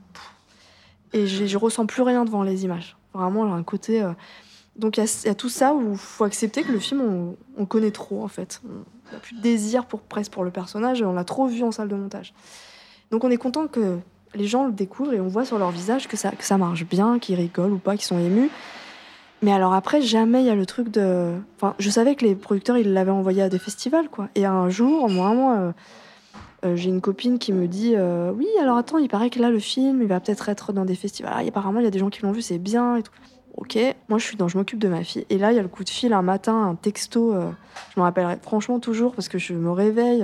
Et je ressens plus rien devant les images. Vraiment, il y a un côté... Donc il y a tout ça où il faut accepter que le film, on connaît trop en fait. On n'a plus de désir presque pour le personnage, on l'a trop vu en salle de montage. Donc on est content que les gens le découvrent et on voit sur leur visage que ça marche bien, qu'ils rigolent ou pas, qu'ils sont émus. Mais alors après, jamais il y a le truc de... Enfin, je savais que les producteurs, ils l'avaient envoyé à des festivals, quoi. Et un jour, vraiment, j'ai une copine qui me dit oui, alors attends, il paraît que là, le film, il va peut-être être dans des festivals. Ah, apparemment, il y a des gens qui l'ont vu, c'est bien et tout. Ok, moi je m'occupe de ma fille. Et là, il y a le coup de fil un matin, un texto. Je me rappellerai franchement toujours parce que je me réveille,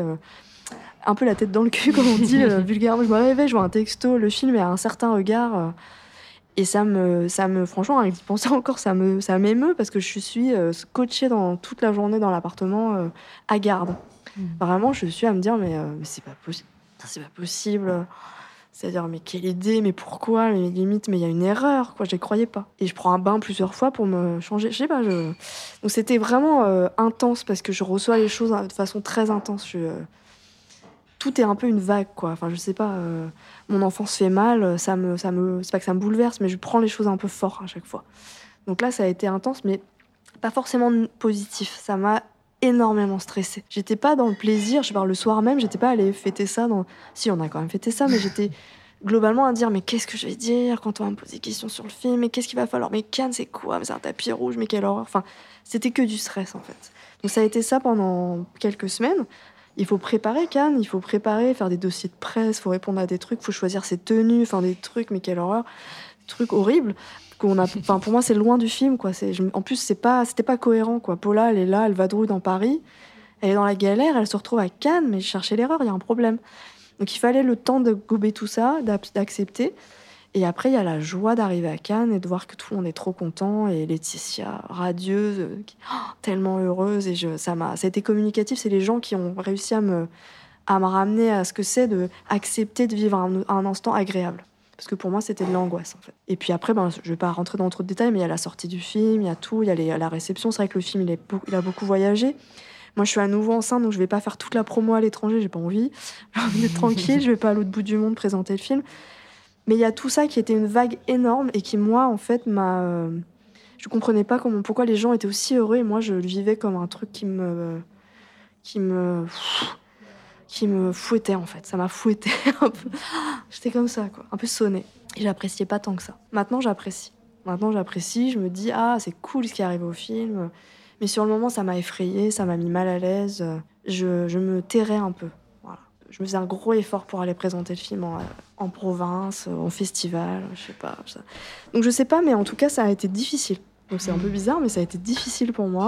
un peu la tête dans le cul, comme on dit vulgairement. Je me réveille, je vois un texto, le film est à un certain regard. Et ça me franchement, avec d'y penser encore, ça m'émeut parce que je suis scotchée toute la journée dans l'appartement à garde. Vraiment, je suis à me dire, mais c'est pas possible. C'est pas possible. C'est-à-dire, mais quelle idée, mais pourquoi, mais limite, mais il y a une erreur, quoi, j'y croyais pas. Et je prends un bain plusieurs fois pour me changer, je sais pas. Donc c'était vraiment intense, parce que je reçois les choses de façon très intense. Tout est un peu une vague, quoi. Enfin, je sais pas, mon enfance fait mal, c'est pas que ça me bouleverse, mais je prends les choses un peu fort à chaque fois. Donc là, ça a été intense, mais pas forcément positif. Ça m'a énormément stressée. J'étais pas dans le plaisir, le soir même, j'étais pas allée fêter ça. Si, on a quand même fêté ça, mais j'étais globalement à dire, mais qu'est-ce que je vais dire quand on va me poser des questions sur le film, mais qu'est-ce qu'il va falloir, mais Cannes, c'est quoi, mais c'est un tapis rouge, mais quelle horreur. Enfin, c'était que du stress, en fait. Donc ça a été ça pendant quelques semaines. Il faut préparer Cannes, il faut faire des dossiers de presse, il faut répondre à des trucs, il faut choisir ses tenues, enfin des trucs, mais quelle horreur, des trucs horribles. Pour moi, c'est loin du film, quoi. En plus, c'était pas cohérent, quoi. Paula, elle est là, elle vadrouille dans Paris, elle est dans la galère, elle se retrouve à Cannes, mais chercher l'erreur, il y a un problème. Donc il fallait le temps de gober tout ça, d'accepter. Et après, il y a la joie d'arriver à Cannes et de voir que tout le monde est trop content. Et Laetitia, radieuse, tellement heureuse. Et ça a été communicatif. C'est les gens qui ont réussi à me ramener à ce que c'est d'accepter de vivre un instant agréable. Parce que pour moi, c'était de l'angoisse, en fait. Et puis après, je vais pas rentrer dans trop de détails, mais il y a la sortie du film, il y a tout, il y a la réception. C'est vrai que le film, il a beaucoup voyagé. Moi, je suis à nouveau enceinte, donc je vais pas faire toute la promo à l'étranger, j'ai pas envie. J'ai envie d'être tranquille, je vais pas à l'autre bout du monde présenter le film. Mais il y a tout ça qui était une vague énorme et qui, moi, en fait, je comprenais pas pourquoi les gens étaient aussi heureux et moi, je le vivais comme un truc qui me fouettait, en fait. Ça m'a fouetté un peu. J'étais comme ça, quoi. Un peu sonnée. Et j'appréciais pas tant que ça. Maintenant, j'apprécie. Je me dis, c'est cool ce qui est arrivé au film. Mais sur le moment, ça m'a effrayée, ça m'a mis mal à l'aise. Je me tairais un peu. Voilà. Je me faisais un gros effort pour aller présenter le film en province, en festival, je sais pas. Ça. Donc je sais pas, mais en tout cas, ça a été difficile. Donc c'est un peu bizarre, mais ça a été difficile pour moi.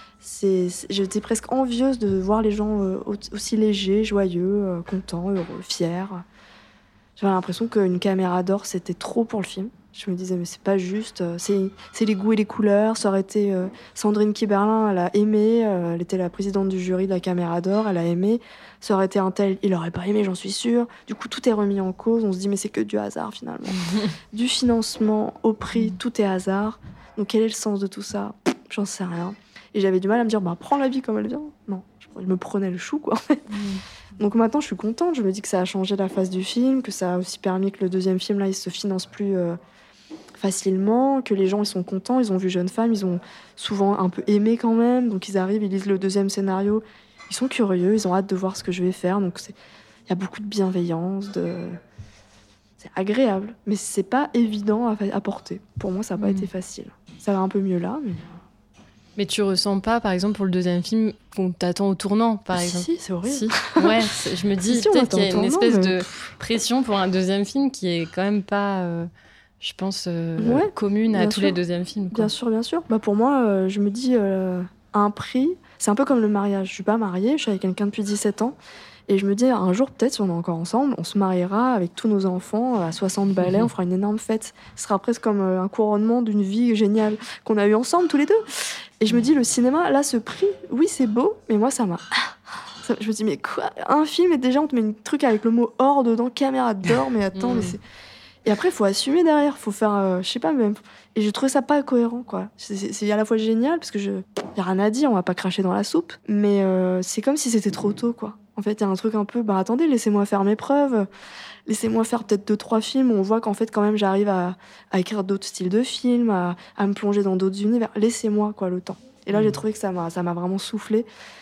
J'étais presque envieuse de voir les gens aussi légers, joyeux, contents, heureux, fiers. J'avais l'impression qu'une caméra d'or, c'était trop pour le film. Je me disais, mais c'est pas juste, c'est les goûts et les couleurs. Ça aurait été Sandrine Kiberlin, elle a aimé, elle était la présidente du jury de la Caméra d'Or, elle a aimé. Ça aurait été un tel, il aurait pas aimé, j'en suis sûre. Du coup, tout est remis en cause. On se dit, mais c'est que du hasard finalement. Du financement au prix, tout est hasard. Donc, quel est le sens de tout ça ? J'en sais rien. Et j'avais du mal à me dire, prends la vie comme elle vient. Non, je me prenais le chou, quoi, en fait. Donc maintenant, je suis contente. Je me dis que ça a changé la face du film, que ça a aussi permis que le deuxième film, là, il se finance plus facilement, que les gens, ils sont contents. Ils ont vu Jeune Femme, ils ont souvent un peu aimé quand même. Donc ils arrivent, ils lisent le deuxième scénario. Ils sont curieux, ils ont hâte de voir ce que je vais faire. Donc il y a beaucoup de bienveillance, c'est agréable. Mais c'est pas évident à porter. Pour moi, ça n'a pas été facile. Ça va un peu mieux là, mais... Mais tu ressens pas, par exemple, pour le deuxième film, qu'on t'attend au tournant, par exemple ? Si, c'est horrible. Si. Ouais, je me dis peut-être qu'il y a une espèce de pression pour un deuxième film qui est quand même pas, je pense, commune à tous les deuxièmes films. Quoi. Bien sûr. Pour moi, je me dis, un prix, c'est un peu comme le mariage. Je suis pas mariée, je suis avec quelqu'un depuis 17 ans. Et je me dis, un jour, peut-être, si on est encore ensemble, on se mariera avec tous nos enfants à 60 balais, on fera une énorme fête. Ce sera presque comme un couronnement d'une vie géniale qu'on a eue ensemble, tous les deux. Et je me dis, le cinéma, là, ce prix, oui, c'est beau, mais moi, ça m'a... Je me dis, mais quoi ? Un film, et déjà, on te met un truc avec le mot « or » dedans, caméra d'or, mais attends, mais c'est... Et après, il faut assumer derrière, il faut faire, je sais pas, même... Et je trouvais ça pas cohérent, quoi. C'est à la fois génial, parce que y a rien à dire, on va pas cracher dans la soupe, mais c'est comme si c'était trop tôt, quoi. En fait, il y a un truc un peu, attendez, laissez-moi faire mes preuves, laissez-moi faire peut-être 2-3 films où on voit qu'en fait, quand même, j'arrive à écrire d'autres styles de films, à me plonger dans d'autres univers. Laissez-moi, quoi, le temps. Et là, j'ai trouvé que ça m'a vraiment soufflé.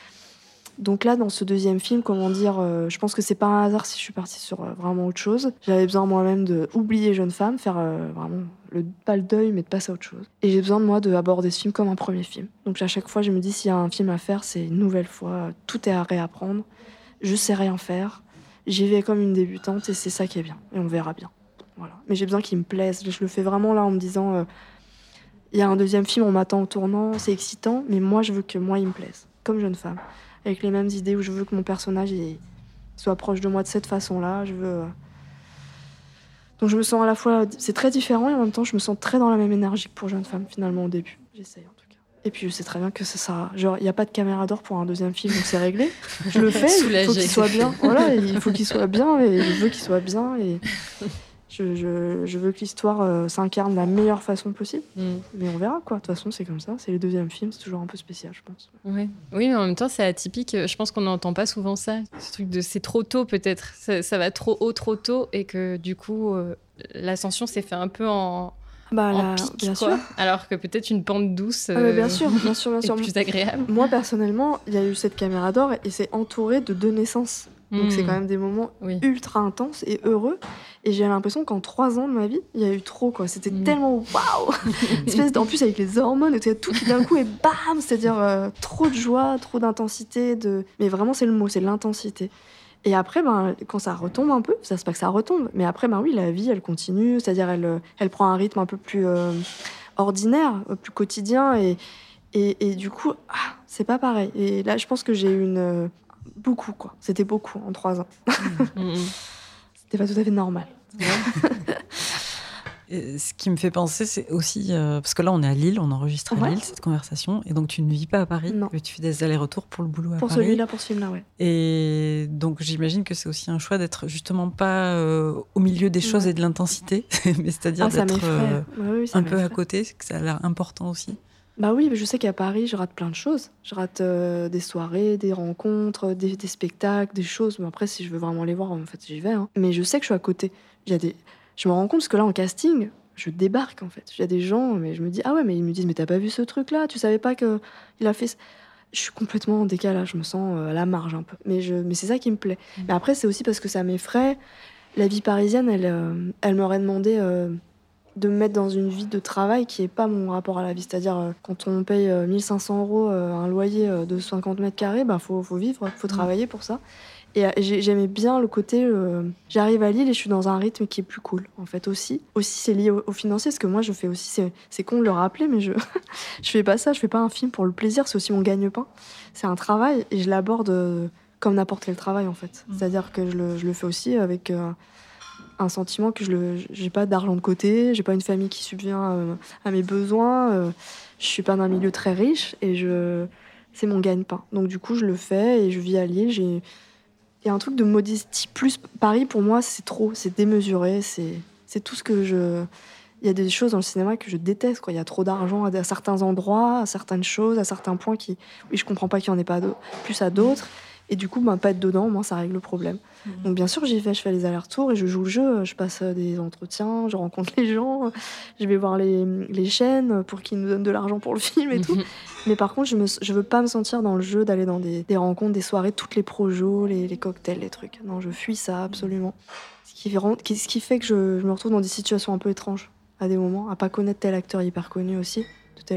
Donc là, dans ce deuxième film, je pense que c'est pas un hasard si je suis partie sur vraiment autre chose. J'avais besoin moi-même d'oublier Jeune Femme, faire vraiment pas le deuil, mais de passer à autre chose. Et j'ai besoin de moi d'aborder ce film comme un premier film. Donc à chaque fois, je me dis, s'il y a un film à faire, c'est une nouvelle fois. Tout est à réapprendre. Je sais rien faire. J'y vais comme une débutante et c'est ça qui est bien. Et on verra bien. Voilà. Mais j'ai besoin qu'il me plaise. Je le fais vraiment là en me disant, il y a un deuxième film, on m'attend au tournant, c'est excitant, mais moi, je veux que moi, il me plaise. Comme Jeune Femme. Avec les mêmes idées où je veux que mon personnage soit proche de moi de cette façon-là. Donc je me sens à la fois... C'est très différent et en même temps, je me sens très dans la même énergie que pour Jeune Femme, finalement, au début. J'essaye, en tout cas. Et puis je sais très bien que ça sera... Genre, il n'y a pas de caméra d'or pour un deuxième film, donc c'est réglé. Je le fais, il faut qu'il soit bien. Voilà, il faut qu'il soit bien, et je veux qu'il soit bien, et je veux que l'histoire s'incarne de la meilleure façon possible. Mais on verra, quoi. De toute façon, c'est comme ça. C'est les deuxièmes films, c'est toujours un peu spécial, je pense. Ouais. Oui, mais en même temps, c'est atypique. Je pense qu'on n'entend pas souvent ça. Ce truc de c'est trop tôt, peut-être. Ça va trop haut, trop tôt, et que du coup, l'ascension s'est fait un peu en pic, bien quoi. sûr. Alors que peut-être une pente douce bien sûr. est plus agréable. Moi, personnellement, il y a eu cette caméra d'or et c'est entouré de 2 naissances. Donc c'est quand même des moments ultra intenses et heureux. Et j'ai l'impression qu'en 3 ans de ma vie, il y a eu trop, quoi. C'était tellement waouh. En plus, avec les hormones, tout qui d'un coup est bam. C'est-à-dire trop de joie, trop d'intensité. Mais vraiment, c'est le mot, c'est l'intensité. Et après, quand ça retombe un peu, ça se passe pas que ça retombe, mais après, oui, la vie, elle continue, c'est-à-dire elle prend un rythme un peu plus ordinaire, plus quotidien, et du coup, c'est pas pareil. Et là, je pense que j'ai eu beaucoup, quoi. C'était beaucoup en 3 ans. C'était pas tout à fait normal. Et ce qui me fait penser, c'est aussi... parce que là, on est à Lille, on enregistre à Lille, cette conversation, et donc tu ne vis pas à Paris, non. Mais tu fais des allers-retours pour le boulot à Paris. Pour ce film-là, ouais. Et donc, j'imagine que c'est aussi un choix d'être justement pas au milieu des choses et de l'intensité, mais c'est-à-dire d'être un peu à côté, c'est que ça a l'air important aussi. Oui, mais je sais qu'à Paris, je rate plein de choses. Je rate des soirées, des rencontres, des spectacles, des choses. Mais après, si je veux vraiment les voir, en fait, j'y vais. Hein. Mais je sais que je suis à côté. Je me rends compte parce que là, en casting, je débarque, en fait. Il y a des gens, mais je me dis, ah ouais, mais ils me disent, mais t'as pas vu ce truc-là? Tu savais pas qu'il a fait... Je suis complètement en décalage, je me sens à la marge un peu. Mais c'est ça qui me plaît. Mais après, c'est aussi parce que ça m'effraie. La vie parisienne, elle m'aurait demandé de me mettre dans une vie de travail qui n'est pas mon rapport à la vie. C'est-à-dire, quand on paye 1 500 € un loyer de 50 mètres carrés, faut vivre, faut travailler pour ça. Et j'aimais bien le côté... j'arrive à Lille et je suis dans un rythme qui est plus cool, en fait, aussi. Aussi, c'est lié au financier, ce que moi, je fais aussi... C'est con de le rappeler, mais je fais pas ça, je fais pas un film pour le plaisir, c'est aussi mon gagne-pain. C'est un travail et je l'aborde comme n'importe quel travail, en fait. C'est-à-dire que je le fais aussi avec... un sentiment que j'ai pas d'argent de côté, j'ai pas une famille qui subvient à mes besoins, je suis pas d'un milieu très riche et c'est mon gagne-pain. Donc du coup, je le fais et je vis à Lille. Il y a un truc de modestie plus Paris pour moi, c'est trop, c'est démesuré, c'est tout ce que il y a des choses dans le cinéma que je déteste, quoi. Il y a trop d'argent à certains endroits, à certaines choses, à certains points oui, je comprends pas qu'il y en ait pas plus à d'autres. Et du coup, pas être dedans, moi, ça règle le problème. Donc, bien sûr, je fais les allers-retours et je joue le jeu. Je passe des entretiens, je rencontre les gens, je vais voir les chaînes pour qu'ils nous donnent de l'argent pour le film et tout. Mais par contre, je veux pas me sentir dans le jeu d'aller dans des rencontres, des soirées, toutes les projos, les cocktails, les trucs. Non, je fuis ça, absolument. Ce qui fait que je me retrouve dans des situations un peu étranges à des moments, à pas connaître tel acteur hyper connu aussi.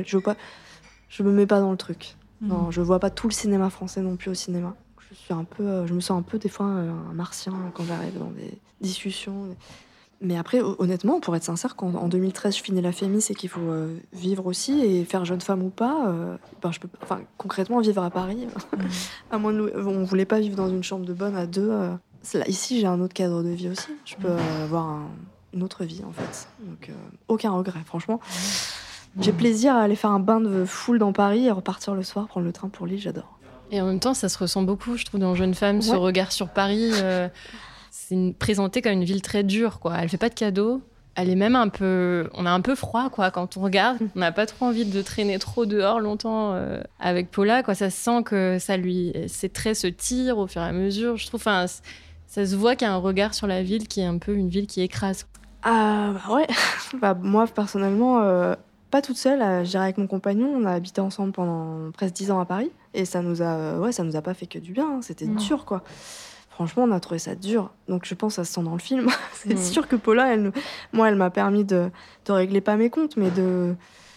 Je me mets pas dans le truc. Non, je vois pas tout le cinéma français non plus au cinéma. Je me sens un peu des fois un martien quand j'arrive dans des discussions. Mais après, honnêtement, pour être sincère, quand en 2013 je finis la Fémis et qu'il faut vivre aussi et faire jeune femme ou pas, je peux concrètement vivre à Paris. À moins on voulait pas vivre dans une chambre de bonne à 2. Ici, j'ai un autre cadre de vie aussi. Je peux avoir une autre vie en fait. Donc aucun regret, franchement. J'ai plaisir à aller faire un bain de foule dans Paris et repartir le soir, prendre le train pour Lille, j'adore. Et en même temps, ça se ressent beaucoup, je trouve, dans Jeune Femme, ce regard sur Paris. C'est présenté comme une ville très dure, quoi. Elle fait pas de cadeaux. Elle est même un peu... On a un peu froid, quoi, quand on regarde. On n'a pas trop envie de traîner trop dehors longtemps avec Paula, quoi. Ça se sent que ses traits se tirent au fur et à mesure. Je trouve, ça se voit qu'il y a un regard sur la ville qui est un peu une ville qui écrase. Ouais. Moi, personnellement... pas toute seule, je dirais avec mon compagnon, on a habité ensemble pendant presque 10 ans à Paris et ça nous a pas fait que du bien, hein. C'était dur, quoi. Franchement, on a trouvé ça dur. Donc je pense que ça se sent dans le film. C'est sûr que Paula, elle m'a permis de régler pas mes comptes, mais de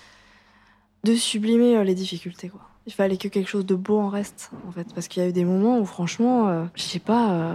sublimer les difficultés, quoi. Il fallait que quelque chose de beau en reste, en fait, parce qu'il y a eu des moments où franchement, je sais pas.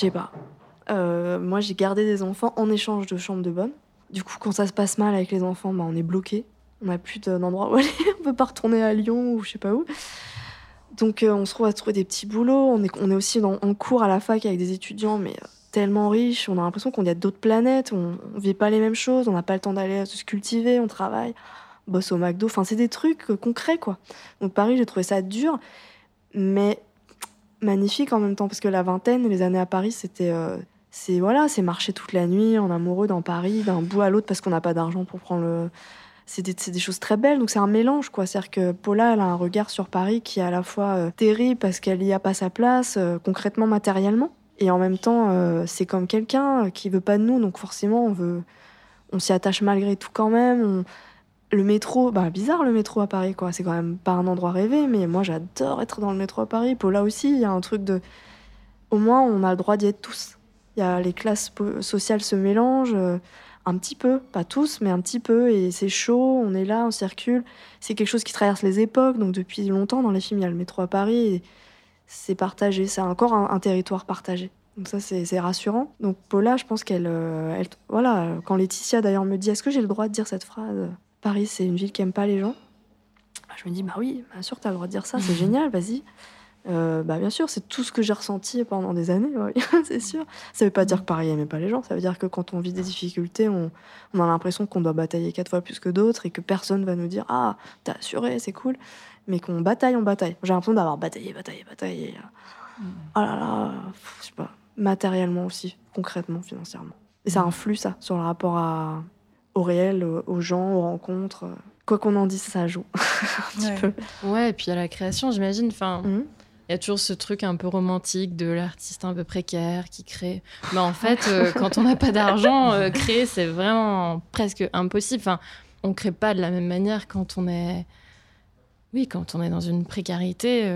Moi, j'ai gardé des enfants en échange de chambres de bonne. Du coup, quand ça se passe mal avec les enfants, on est bloqué. On n'a plus d'endroit où aller. On peut pas retourner à Lyon ou je sais pas où. Donc, on se retrouve à trouver des petits boulots. On est aussi en cours à la fac avec des étudiants, mais tellement riches. On a l'impression qu'on y a d'autres planètes. On vit pas les mêmes choses. On n'a pas le temps d'aller se cultiver. On travaille. bosse au McDo. Enfin, c'est des trucs concrets, quoi. Donc Paris, j'ai trouvé ça dur, mais magnifique en même temps, parce que la vingtaine, les années à Paris, c'était... c'est marcher toute la nuit en amoureux dans Paris, d'un bout à l'autre, parce qu'on n'a pas d'argent pour prendre le... C'est des choses très belles, donc c'est un mélange, quoi. C'est-à-dire que Paula, elle a un regard sur Paris qui est à la fois terrible parce qu'elle y a pas sa place, concrètement, matériellement, et en même temps, c'est comme quelqu'un qui veut pas de nous, donc forcément, on s'y attache malgré tout quand même. Le métro, bizarre le métro à Paris, quoi. C'est quand même pas un endroit rêvé, mais moi, j'adore être dans le métro à Paris. Paula aussi, il y a un truc de... Au moins, on a le droit d'y être tous. Les classes sociales se mélangent... un petit peu, pas tous, mais un petit peu, et c'est chaud, on est là, on circule. C'est quelque chose qui traverse les époques, donc depuis longtemps, dans les films, il y a le métro à Paris, et c'est partagé, c'est encore un territoire partagé. Donc ça, c'est rassurant. Donc Paula, je pense qu'elle... voilà, quand Laetitia, d'ailleurs, me dit « Est-ce que j'ai le droit de dire cette phrase ? Paris, c'est une ville qui aime pas les gens ?» Je me dis « oui, bien sûr, t'as le droit de dire ça, c'est génial, vas-y. » bien sûr, c'est tout ce que j'ai ressenti pendant des années, oui, c'est sûr. Ça veut pas dire que Paris aimait pas les gens, ça veut dire que quand on vit des difficultés, on a l'impression qu'on doit batailler 4 fois plus que d'autres et que personne va nous dire « Ah, t'as assuré, c'est cool », mais qu'on bataille, on bataille. J'ai l'impression d'avoir bataillé. Oh là là, je sais pas, matériellement aussi, concrètement, financièrement. Et ça influe, ça, sur le rapport au réel, aux gens, aux rencontres. Quoi qu'on en dise, ça joue un petit peu. Ouais, et puis à la création, j'imagine, enfin... Il y a toujours ce truc un peu romantique de l'artiste un peu précaire qui crée. Mais en fait, quand on n'a pas d'argent, créer, c'est vraiment presque impossible. Enfin, on ne crée pas de la même manière quand on est... Oui, quand on est dans une précarité.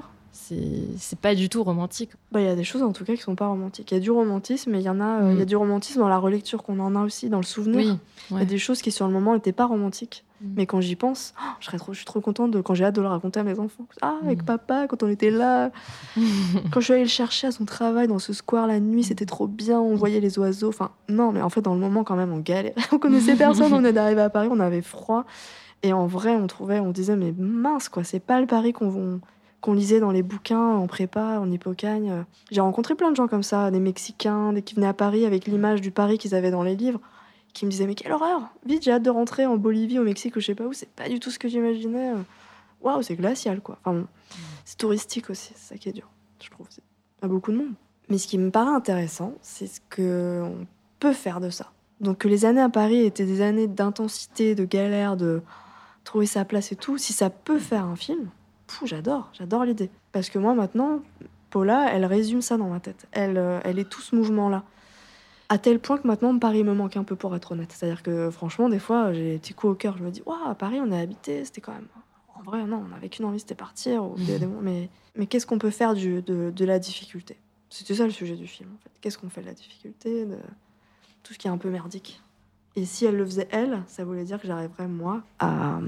C'est pas du tout romantique. Il y a des choses, en tout cas, qui sont pas romantiques. Il y a du romantisme, mais il y en a... il y a du romantisme dans la relecture qu'on en a aussi, dans le souvenir. Oui, Il y a des choses qui, sur le moment, n'étaient pas romantiques. Mais quand j'y pense, je suis trop contente quand j'ai hâte de le raconter à mes enfants. Avec papa, quand on était là, quand je suis allée le chercher à son travail dans ce square la nuit, c'était trop bien, on voyait les oiseaux. Enfin, non, mais en fait, dans le moment, quand même, on galérait. On connaissait personne, on venait d'arriver à Paris, on avait froid. Et en vrai, on disait, mais mince, quoi, c'est pas le Paris qu'on lisait dans les bouquins, en prépa, en hippocagne. J'ai rencontré plein de gens comme ça, des Mexicains, qui venaient à Paris avec l'image du Paris qu'ils avaient dans les livres, qui me disaient « Mais quelle horreur ! Vite, j'ai hâte de rentrer en Bolivie, au Mexique, ou je sais pas où, c'est pas du tout ce que j'imaginais. Waouh, c'est glacial, quoi. » Enfin bon, c'est touristique aussi, c'est ça qui est dur, je trouve. Il y a beaucoup de monde. Mais ce qui me paraît intéressant, c'est ce qu'on peut faire de ça. Donc que les années à Paris étaient des années d'intensité, de galère, de trouver sa place et tout, si ça peut faire un film, j'adore l'idée. Parce que moi, maintenant, Paula, elle résume ça dans ma tête. Elle est tout ce mouvement-là. À tel point que maintenant, Paris me manque un peu, pour être honnête. C'est-à-dire que, franchement, des fois, j'ai des petits coups au cœur. Je me dis, waouh, à Paris, on a habité, c'était quand même... En vrai, non, on n'avait qu'une envie, c'était partir. Mais qu'est-ce qu'on peut faire de la difficulté ? C'était ça le sujet du film, en fait. Qu'est-ce qu'on fait de la difficulté, de tout ce qui est un peu merdique ? Et si elle le faisait, elle, ça voulait dire que j'arriverais, moi, à...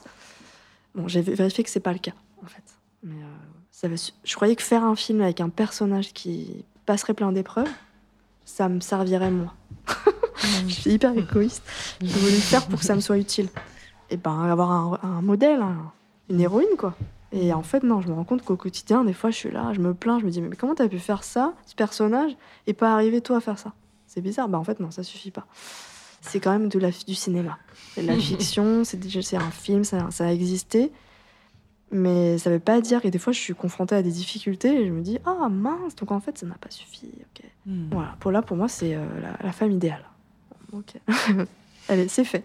Bon, j'ai vérifié que c'est pas le cas, en fait. Mais je croyais que faire un film avec un personnage qui passerait plein d'épreuves, ça me servirait moi. Je suis hyper égoïste. Je voulais le faire pour que ça me soit utile. Et avoir un modèle, une héroïne, quoi. Et en fait, non, je me rends compte qu'au quotidien, des fois, je suis là, je me plains, je me dis, mais comment t'as pu faire ça, ce personnage, et pas arriver, toi, à faire ça ? C'est bizarre. En fait, non, ça suffit pas. C'est quand même du cinéma. C'est de la fiction, c'est un film, ça a existé. Mais ça veut pas dire que des fois, je suis confrontée à des difficultés et je me dis, ah mince, donc en fait, ça n'a pas suffi. Okay. Voilà, pour moi, c'est la femme idéale. Ok. C'est fait.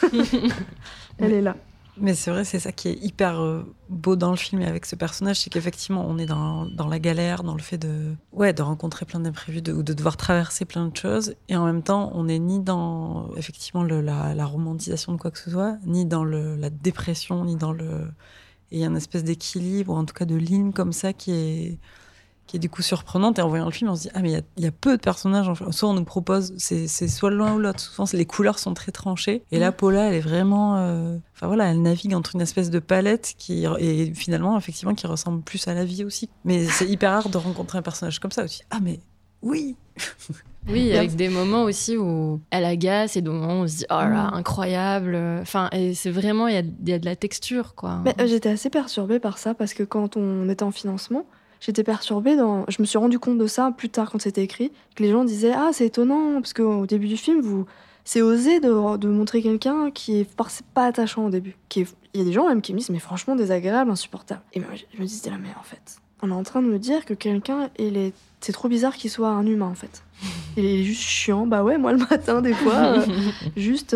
Elle est là. Mais c'est vrai, c'est ça qui est hyper beau dans le film et avec ce personnage, c'est qu'effectivement, on est dans la galère, dans le fait de rencontrer plein d'imprévus, ou de devoir traverser plein de choses. Et en même temps, on n'est ni dans, effectivement, la romantisation de quoi que ce soit, ni dans la dépression, ni dans le... Et il y a une espèce d'équilibre, ou en tout cas de ligne comme ça, qui est du coup surprenante. Et en voyant le film, on se dit, ah, mais il y a peu de personnages. Soit on nous propose, c'est soit l'un ou l'autre. Souvent, les couleurs sont très tranchées. Et là, Paula, elle est vraiment... elle navigue entre une espèce de palette et finalement, effectivement, qui ressemble plus à la vie aussi. Mais c'est hyper rare de rencontrer un personnage comme ça aussi. Ah, mais oui. Oui, avec des moments aussi où elle agace et des moments où on se dit « Oh là, incroyable !» Enfin, et c'est vraiment, il y a de la texture, quoi. Mais, j'étais assez perturbée par ça, parce que quand on était en financement, j'étais perturbée je me suis rendu compte de ça plus tard quand c'était écrit, que les gens disaient « Ah, c'est étonnant, parce qu'au début du film, c'est oser de montrer quelqu'un qui est pas attachant au début. Il y a des gens même qui me disent, mais franchement désagréable, insupportable. Et moi, je me dis, c'était la merde en fait. On est en train de me dire que quelqu'un, c'est trop bizarre qu'il soit un humain en fait. Il est juste chiant. Bah ouais, moi le matin des fois, juste,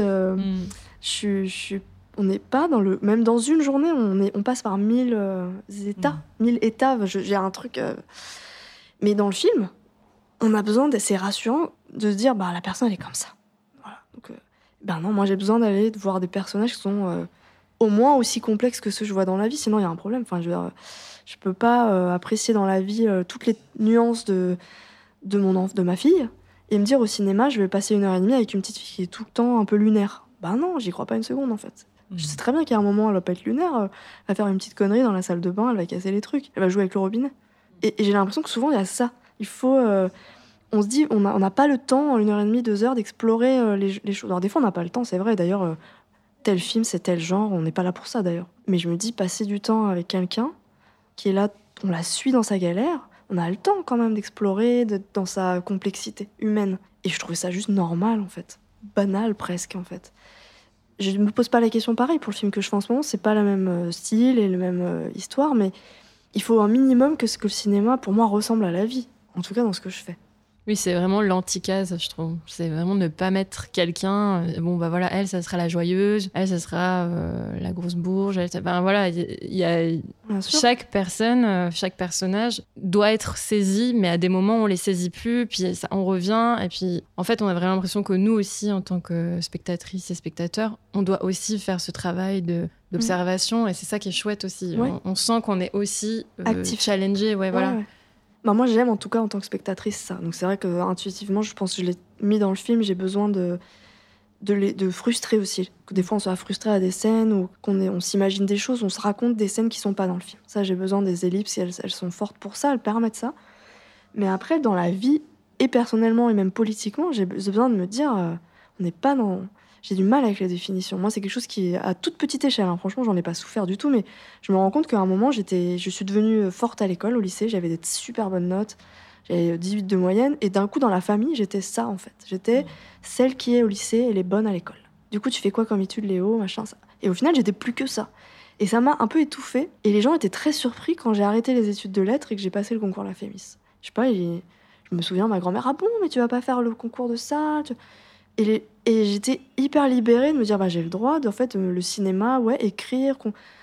on n'est pas dans le... Même dans une journée, on passe par 1000 états. 1000 états, j'ai un truc... Mais dans le film, on a besoin, c'est rassurant de se dire, bah la personne elle est comme ça. Voilà. Donc, non, moi j'ai besoin d'aller voir des personnages qui sont au moins aussi complexes que ceux que je vois dans la vie, sinon il y a un problème. Enfin, je peux pas apprécier dans la vie toutes les nuances de ma fille et me dire au cinéma, je vais passer 1h30 avec une petite fille qui est tout le temps un peu lunaire. Bah non, j'y crois pas une seconde en fait. Je sais très bien qu'à un moment, elle va pas être lunaire, elle va faire une petite connerie dans la salle de bain, elle va casser les trucs, elle va jouer avec le robinet. Et j'ai l'impression que souvent, il y a ça. Il faut... on se dit, on n'a pas le temps, en 1h30, 2h, d'explorer les choses. Alors des fois, on n'a pas le temps, c'est vrai. D'ailleurs, tel film, c'est tel genre, on n'est pas là pour ça, d'ailleurs. Mais je me dis, passer du temps avec quelqu'un qui est là, on la suit dans sa galère, on a le temps quand même d'explorer dans sa complexité humaine. Et je trouvais ça juste normal, en fait. Banal, presque, en fait. Je ne me pose pas la question pareil pour le film que je fais en ce moment. C'est pas le même style et la même histoire, mais il faut un minimum que le cinéma, pour moi, ressemble à la vie. En tout cas, dans ce que je fais. Oui, c'est vraiment l'anticase, je trouve. C'est vraiment ne pas mettre quelqu'un... Bon, bah voilà, elle, ça sera la joyeuse. Elle, ça sera la grosse bourge. Voilà, il y a... Chaque personne, chaque personnage doit être saisi, mais à des moments, on les saisit plus. Puis ça, on revient. Et puis, en fait, on a vraiment l'impression que nous aussi, en tant que spectatrices et spectateurs, on doit aussi faire ce travail d'observation. Et c'est ça qui est chouette aussi. Ouais. On sent qu'on est aussi challengé. Ouais, voilà. Ouais. Bah moi, j'aime en tout cas en tant que spectatrice ça. Donc c'est vrai que intuitivement, je pense que je l'ai mis dans le film. J'ai besoin de frustrer aussi. Que des fois, on soit frustré à des scènes ou on s'imagine des choses, on se raconte des scènes qui sont pas dans le film. Ça, j'ai besoin des ellipses. Elles sont fortes pour ça, elles permettent ça. Mais après, dans la vie et personnellement et même politiquement, j'ai besoin de me dire, on n'est pas dans... J'ai du mal avec les définitions. Moi, c'est quelque chose qui est à toute petite échelle. Hein. Franchement, j'en ai pas souffert du tout, mais je me rends compte qu'à un moment, je suis devenue forte à l'école, au lycée. J'avais des super bonnes notes. J'avais 18 de moyenne. Et d'un coup, dans la famille, j'étais ça, en fait. J'étais celle qui est au lycée et les bonnes à l'école. Du coup, tu fais quoi comme étude, Léo, machin, ça. Et au final, j'étais plus que ça. Et ça m'a un peu étouffée. Et les gens étaient très surpris quand j'ai arrêté les études de lettres et que j'ai passé le concours La Fémis. Je sais pas, je me souviens, ma grand-mère, ah bon, mais tu vas pas faire le concours de ça Et j'étais hyper libérée de me dire, bah, j'ai le droit, en fait, le cinéma, ouais, écrire.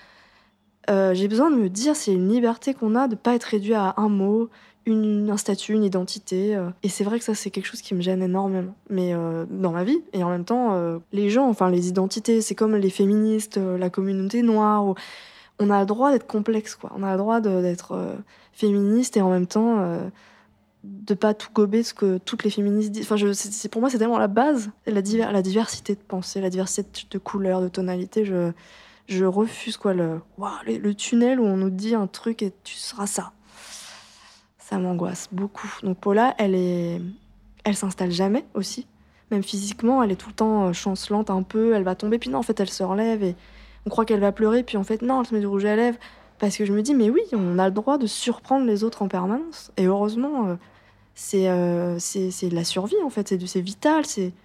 J'ai besoin de me dire, c'est une liberté qu'on a de pas être réduit à un mot, un statut, une identité. Et c'est vrai que ça, c'est quelque chose qui me gêne énormément. Mais dans ma vie, et en même temps, les gens, enfin, les identités, c'est comme les féministes, la communauté noire. On a le droit d'être complexe, quoi. On a le droit d'être féministe et en même temps... de pas tout gober ce que toutes les féministes disent. Enfin, pour moi, c'est tellement la base, la diversité de pensée, la diversité de couleurs, de tonalités. Je refuse quoi le tunnel où on nous dit un truc et tu seras ça. Ça m'angoisse beaucoup. Donc Paula, elle s'installe jamais aussi. Même physiquement, elle est tout le temps chancelante un peu. Elle va tomber, puis non, en fait, elle se relève et on croit qu'elle va pleurer, puis en fait, non, elle se met du rouge à lèvres. Parce que je me dis, mais oui, on a le droit de surprendre les autres en permanence. Et heureusement, c'est de la survie, en fait. C'est vital.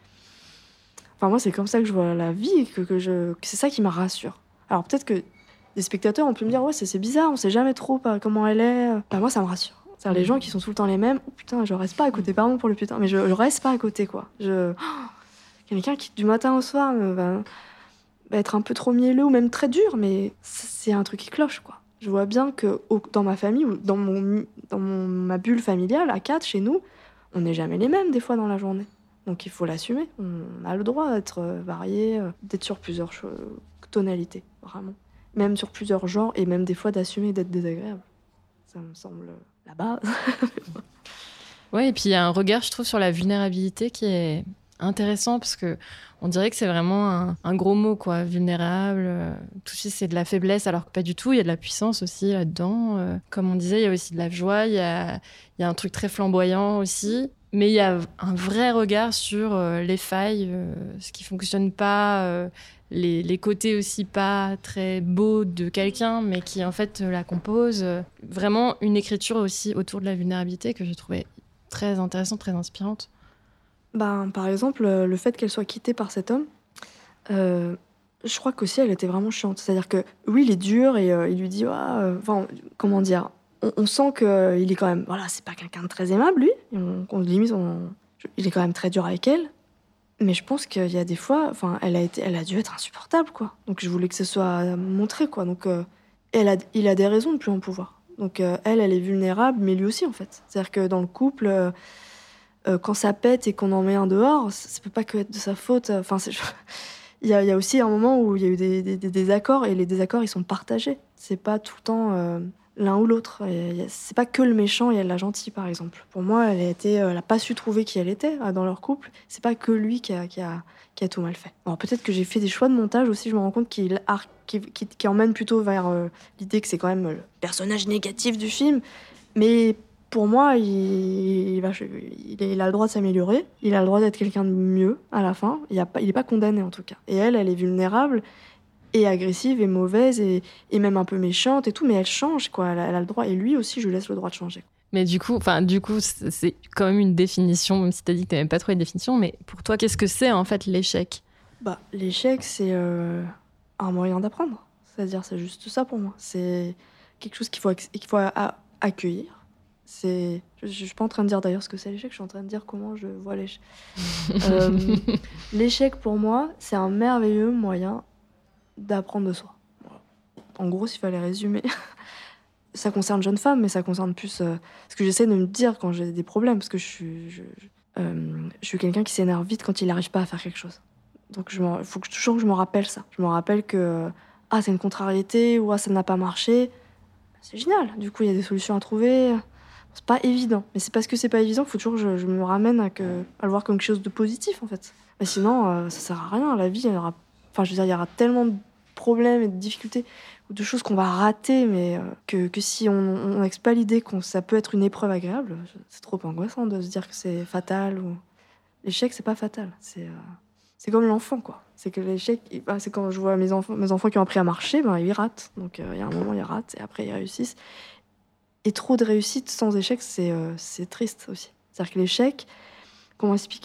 Enfin, moi, c'est comme ça que je vois la vie, que c'est ça qui me rassure. Alors, peut-être que des spectateurs ont pu me dire, ouais, c'est bizarre, on sait jamais trop comment elle est. Bah, moi, ça me rassure. C'est-à-dire, les gens qui sont tout le temps les mêmes, oh putain, je reste pas à côté, pardon pour le putain, mais je reste pas à côté, quoi. Quelqu'un qui, du matin au soir, va être un peu trop mielleux ou même très dur, mais c'est un truc qui cloche, quoi. Je vois bien que dans ma famille ou dans ma bulle familiale, à 4, chez nous, on n'est jamais les mêmes des fois dans la journée. Donc il faut l'assumer. On a le droit d'être varié, d'être sur plusieurs tonalités, vraiment. Même sur plusieurs genres et même des fois d'assumer d'être désagréable. Ça me semble la base. Ouais, et puis il y a un regard, je trouve, sur la vulnérabilité qui est intéressant parce que on dirait que c'est vraiment un gros mot, quoi, vulnérable. Tout de suite, c'est de la faiblesse, alors que pas du tout. Il y a de la puissance aussi là-dedans. Comme on disait, il y a aussi de la joie. Il y a un truc très flamboyant aussi. Mais il y a un vrai regard sur les failles, ce qui fonctionne pas, les côtés aussi pas très beaux de quelqu'un, mais qui en fait la composent. Vraiment une écriture aussi autour de la vulnérabilité que je trouvais très intéressante, très inspirante. Par exemple, le fait qu'elle soit quittée par cet homme, je crois qu'aussi elle était vraiment chiante. C'est-à-dire que oui, il est dur et il lui dit comment dire, on sent qu'il est quand même, voilà, c'est pas quelqu'un de très aimable lui. Il est quand même très dur avec elle. Mais je pense qu'il y a des fois, elle a dû être insupportable, quoi. Donc je voulais que ce soit montré, quoi. Donc il a des raisons de plus en pouvoir. Donc elle est vulnérable, mais lui aussi en fait. C'est-à-dire que dans le couple, quand ça pète et qu'on en met un dehors, ça peut pas que être de sa faute. Il y a aussi un moment où il y a eu des désaccords, et les désaccords ils sont partagés. C'est pas tout le temps l'un ou l'autre. C'est pas que le méchant et elle la gentille, par exemple. Pour moi, elle a pas su trouver qui elle était dans leur couple. C'est pas que lui qui a tout mal fait. Alors peut-être que j'ai fait des choix de montage aussi. Je me rends compte qui emmène plutôt vers l'idée que c'est quand même le personnage négatif du film. Mais pour moi, il a le droit de s'améliorer. Il a le droit d'être quelqu'un de mieux à la fin. Il est pas condamné en tout cas. Et elle est vulnérable et agressive et mauvaise et même un peu méchante et tout, mais elle change, quoi. Elle a le droit, et lui aussi, je lui laisse le droit de changer. Mais du coup, c'est quand même une définition, même si t'as dit que t'avais pas trouvé de définition, mais pour toi, qu'est-ce que c'est en fait l'échec ? L'échec, c'est un moyen d'apprendre. C'est-à-dire, c'est juste ça pour moi. C'est quelque chose qu'il faut accueillir. Je suis pas en train de dire d'ailleurs ce que c'est l'échec, je suis en train de dire comment je vois l'échec. L'échec, pour moi, c'est un merveilleux moyen d'apprendre de soi. Voilà. En gros, s'il fallait résumer, ça concerne jeune femme, mais ça concerne plus ce que j'essaie de me dire quand j'ai des problèmes, parce que je suis quelqu'un qui s'énerve vite quand il n'arrive pas à faire quelque chose. Donc il faut toujours que je me rappelle ça. Je me rappelle que c'est une contrariété, ou ça n'a pas marché. C'est génial. Du coup, il y a des solutions à trouver. C'est pas évident, mais c'est parce que c'est pas évident qu'il faut toujours que je me ramène à le voir comme quelque chose de positif, en fait. Mais sinon, ça sert à rien. La vie, il y aura tellement de problèmes et de difficultés ou de choses qu'on va rater, mais que si on n'axe pas l'idée que ça peut être une épreuve agréable, c'est trop angoissant de se dire que c'est fatal. L'échec, c'est pas fatal. C'est comme l'enfant, quoi. C'est que l'échec, c'est quand je vois mes enfants qui ont appris à marcher, ils ratent. Donc il y a un moment, ils ratent et après ils réussissent. Et trop de réussite sans échec, c'est triste aussi. C'est-à-dire que l'échec, comment expliquer ?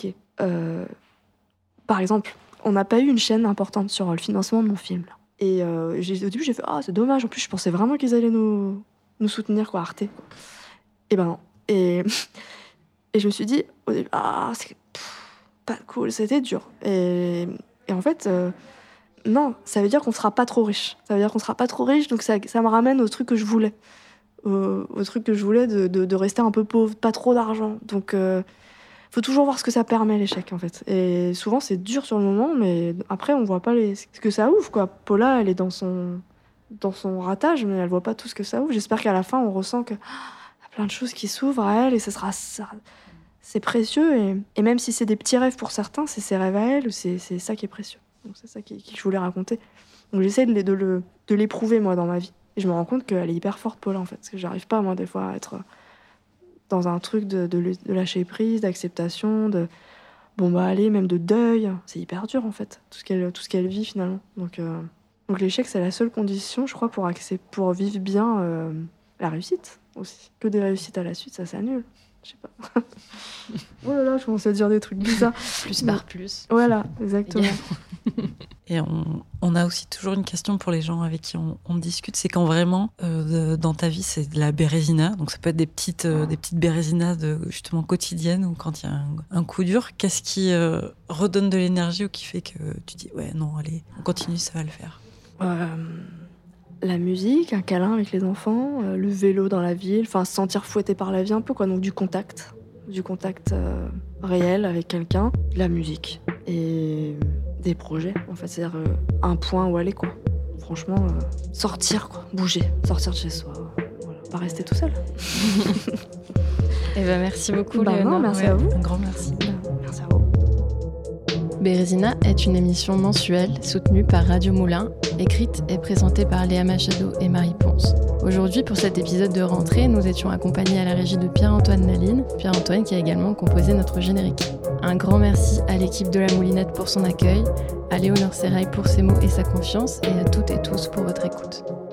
Par exemple, on n'a pas eu une chaîne importante sur le financement de mon film. Là. Et au début, j'ai fait « c'est dommage. En plus, je pensais vraiment qu'ils allaient nous soutenir, quoi, Arte. » Quoi. Et ben non. Et je me suis dit, au début, c'est pas cool, c'était dur. Et en fait, non, ça veut dire qu'on sera pas trop riche. Ça veut dire qu'on sera pas trop riche, donc ça me ramène au truc que je voulais. Au truc que je voulais de rester un peu pauvre, pas trop d'argent. Donc, faut toujours voir ce que ça permet, l'échec, en fait. Et souvent, c'est dur sur le moment, mais après, on voit pas ce que ça ouvre, quoi. Paula, elle est dans son ratage, mais elle voit pas tout ce que ça ouvre. J'espère qu'à la fin, on ressent que y a plein de choses qui s'ouvrent à elle, et c'est précieux. Et même si c'est des petits rêves pour certains, c'est ses rêves à elle, c'est ça qui est précieux. Donc, c'est ça que je voulais raconter. Donc, j'essaie de l'éprouver, moi, dans ma vie. Et je me rends compte qu'elle est hyper forte, Paula, en fait. Parce que j'arrive pas, moi, des fois, à être dans un truc de lâcher prise, d'acceptation, même de deuil. C'est hyper dur, en fait, tout ce qu'elle vit, finalement. Donc l'échec, c'est la seule condition, je crois, pour vivre bien la réussite, aussi. Que des réussites à la suite, ça s'annule. Je sais pas. Oh là là, je commence à dire des trucs bizarres. Plus par plus. Voilà, exactement. Et on a aussi toujours une question pour les gens avec qui on discute, c'est quand vraiment dans ta vie c'est de la bérésina, donc ça peut être des petites bérésinas justement quotidiennes ou quand il y a un coup dur. Qu'est-ce qui redonne de l'énergie ou qui fait que tu dis ouais non allez on continue, ça va le faire? La musique, un câlin avec les enfants, le vélo dans la ville, se sentir fouetté par la vie un peu, quoi. Donc du contact réel avec quelqu'un, la musique et des projets, en fait, c'est-à-dire un point où aller, quoi. Franchement, sortir, quoi, bouger, sortir de chez soi, voilà. Pas rester tout seul. Eh ben merci beaucoup, Léonore. Non, merci à vous. Un grand merci. Merci à vous. Bérésina est une émission mensuelle soutenue par Radio Moulin, écrite et présentée par Léa Machado et Marie Ponce. Aujourd'hui, pour cet épisode de rentrée, nous étions accompagnés à la régie de Pierre-Antoine Laline, Pierre-Antoine qui a également composé notre générique. Un grand merci à l'équipe de La Moulinette pour son accueil, à Léonore Serrail pour ses mots et sa confiance, et à toutes et tous pour votre écoute.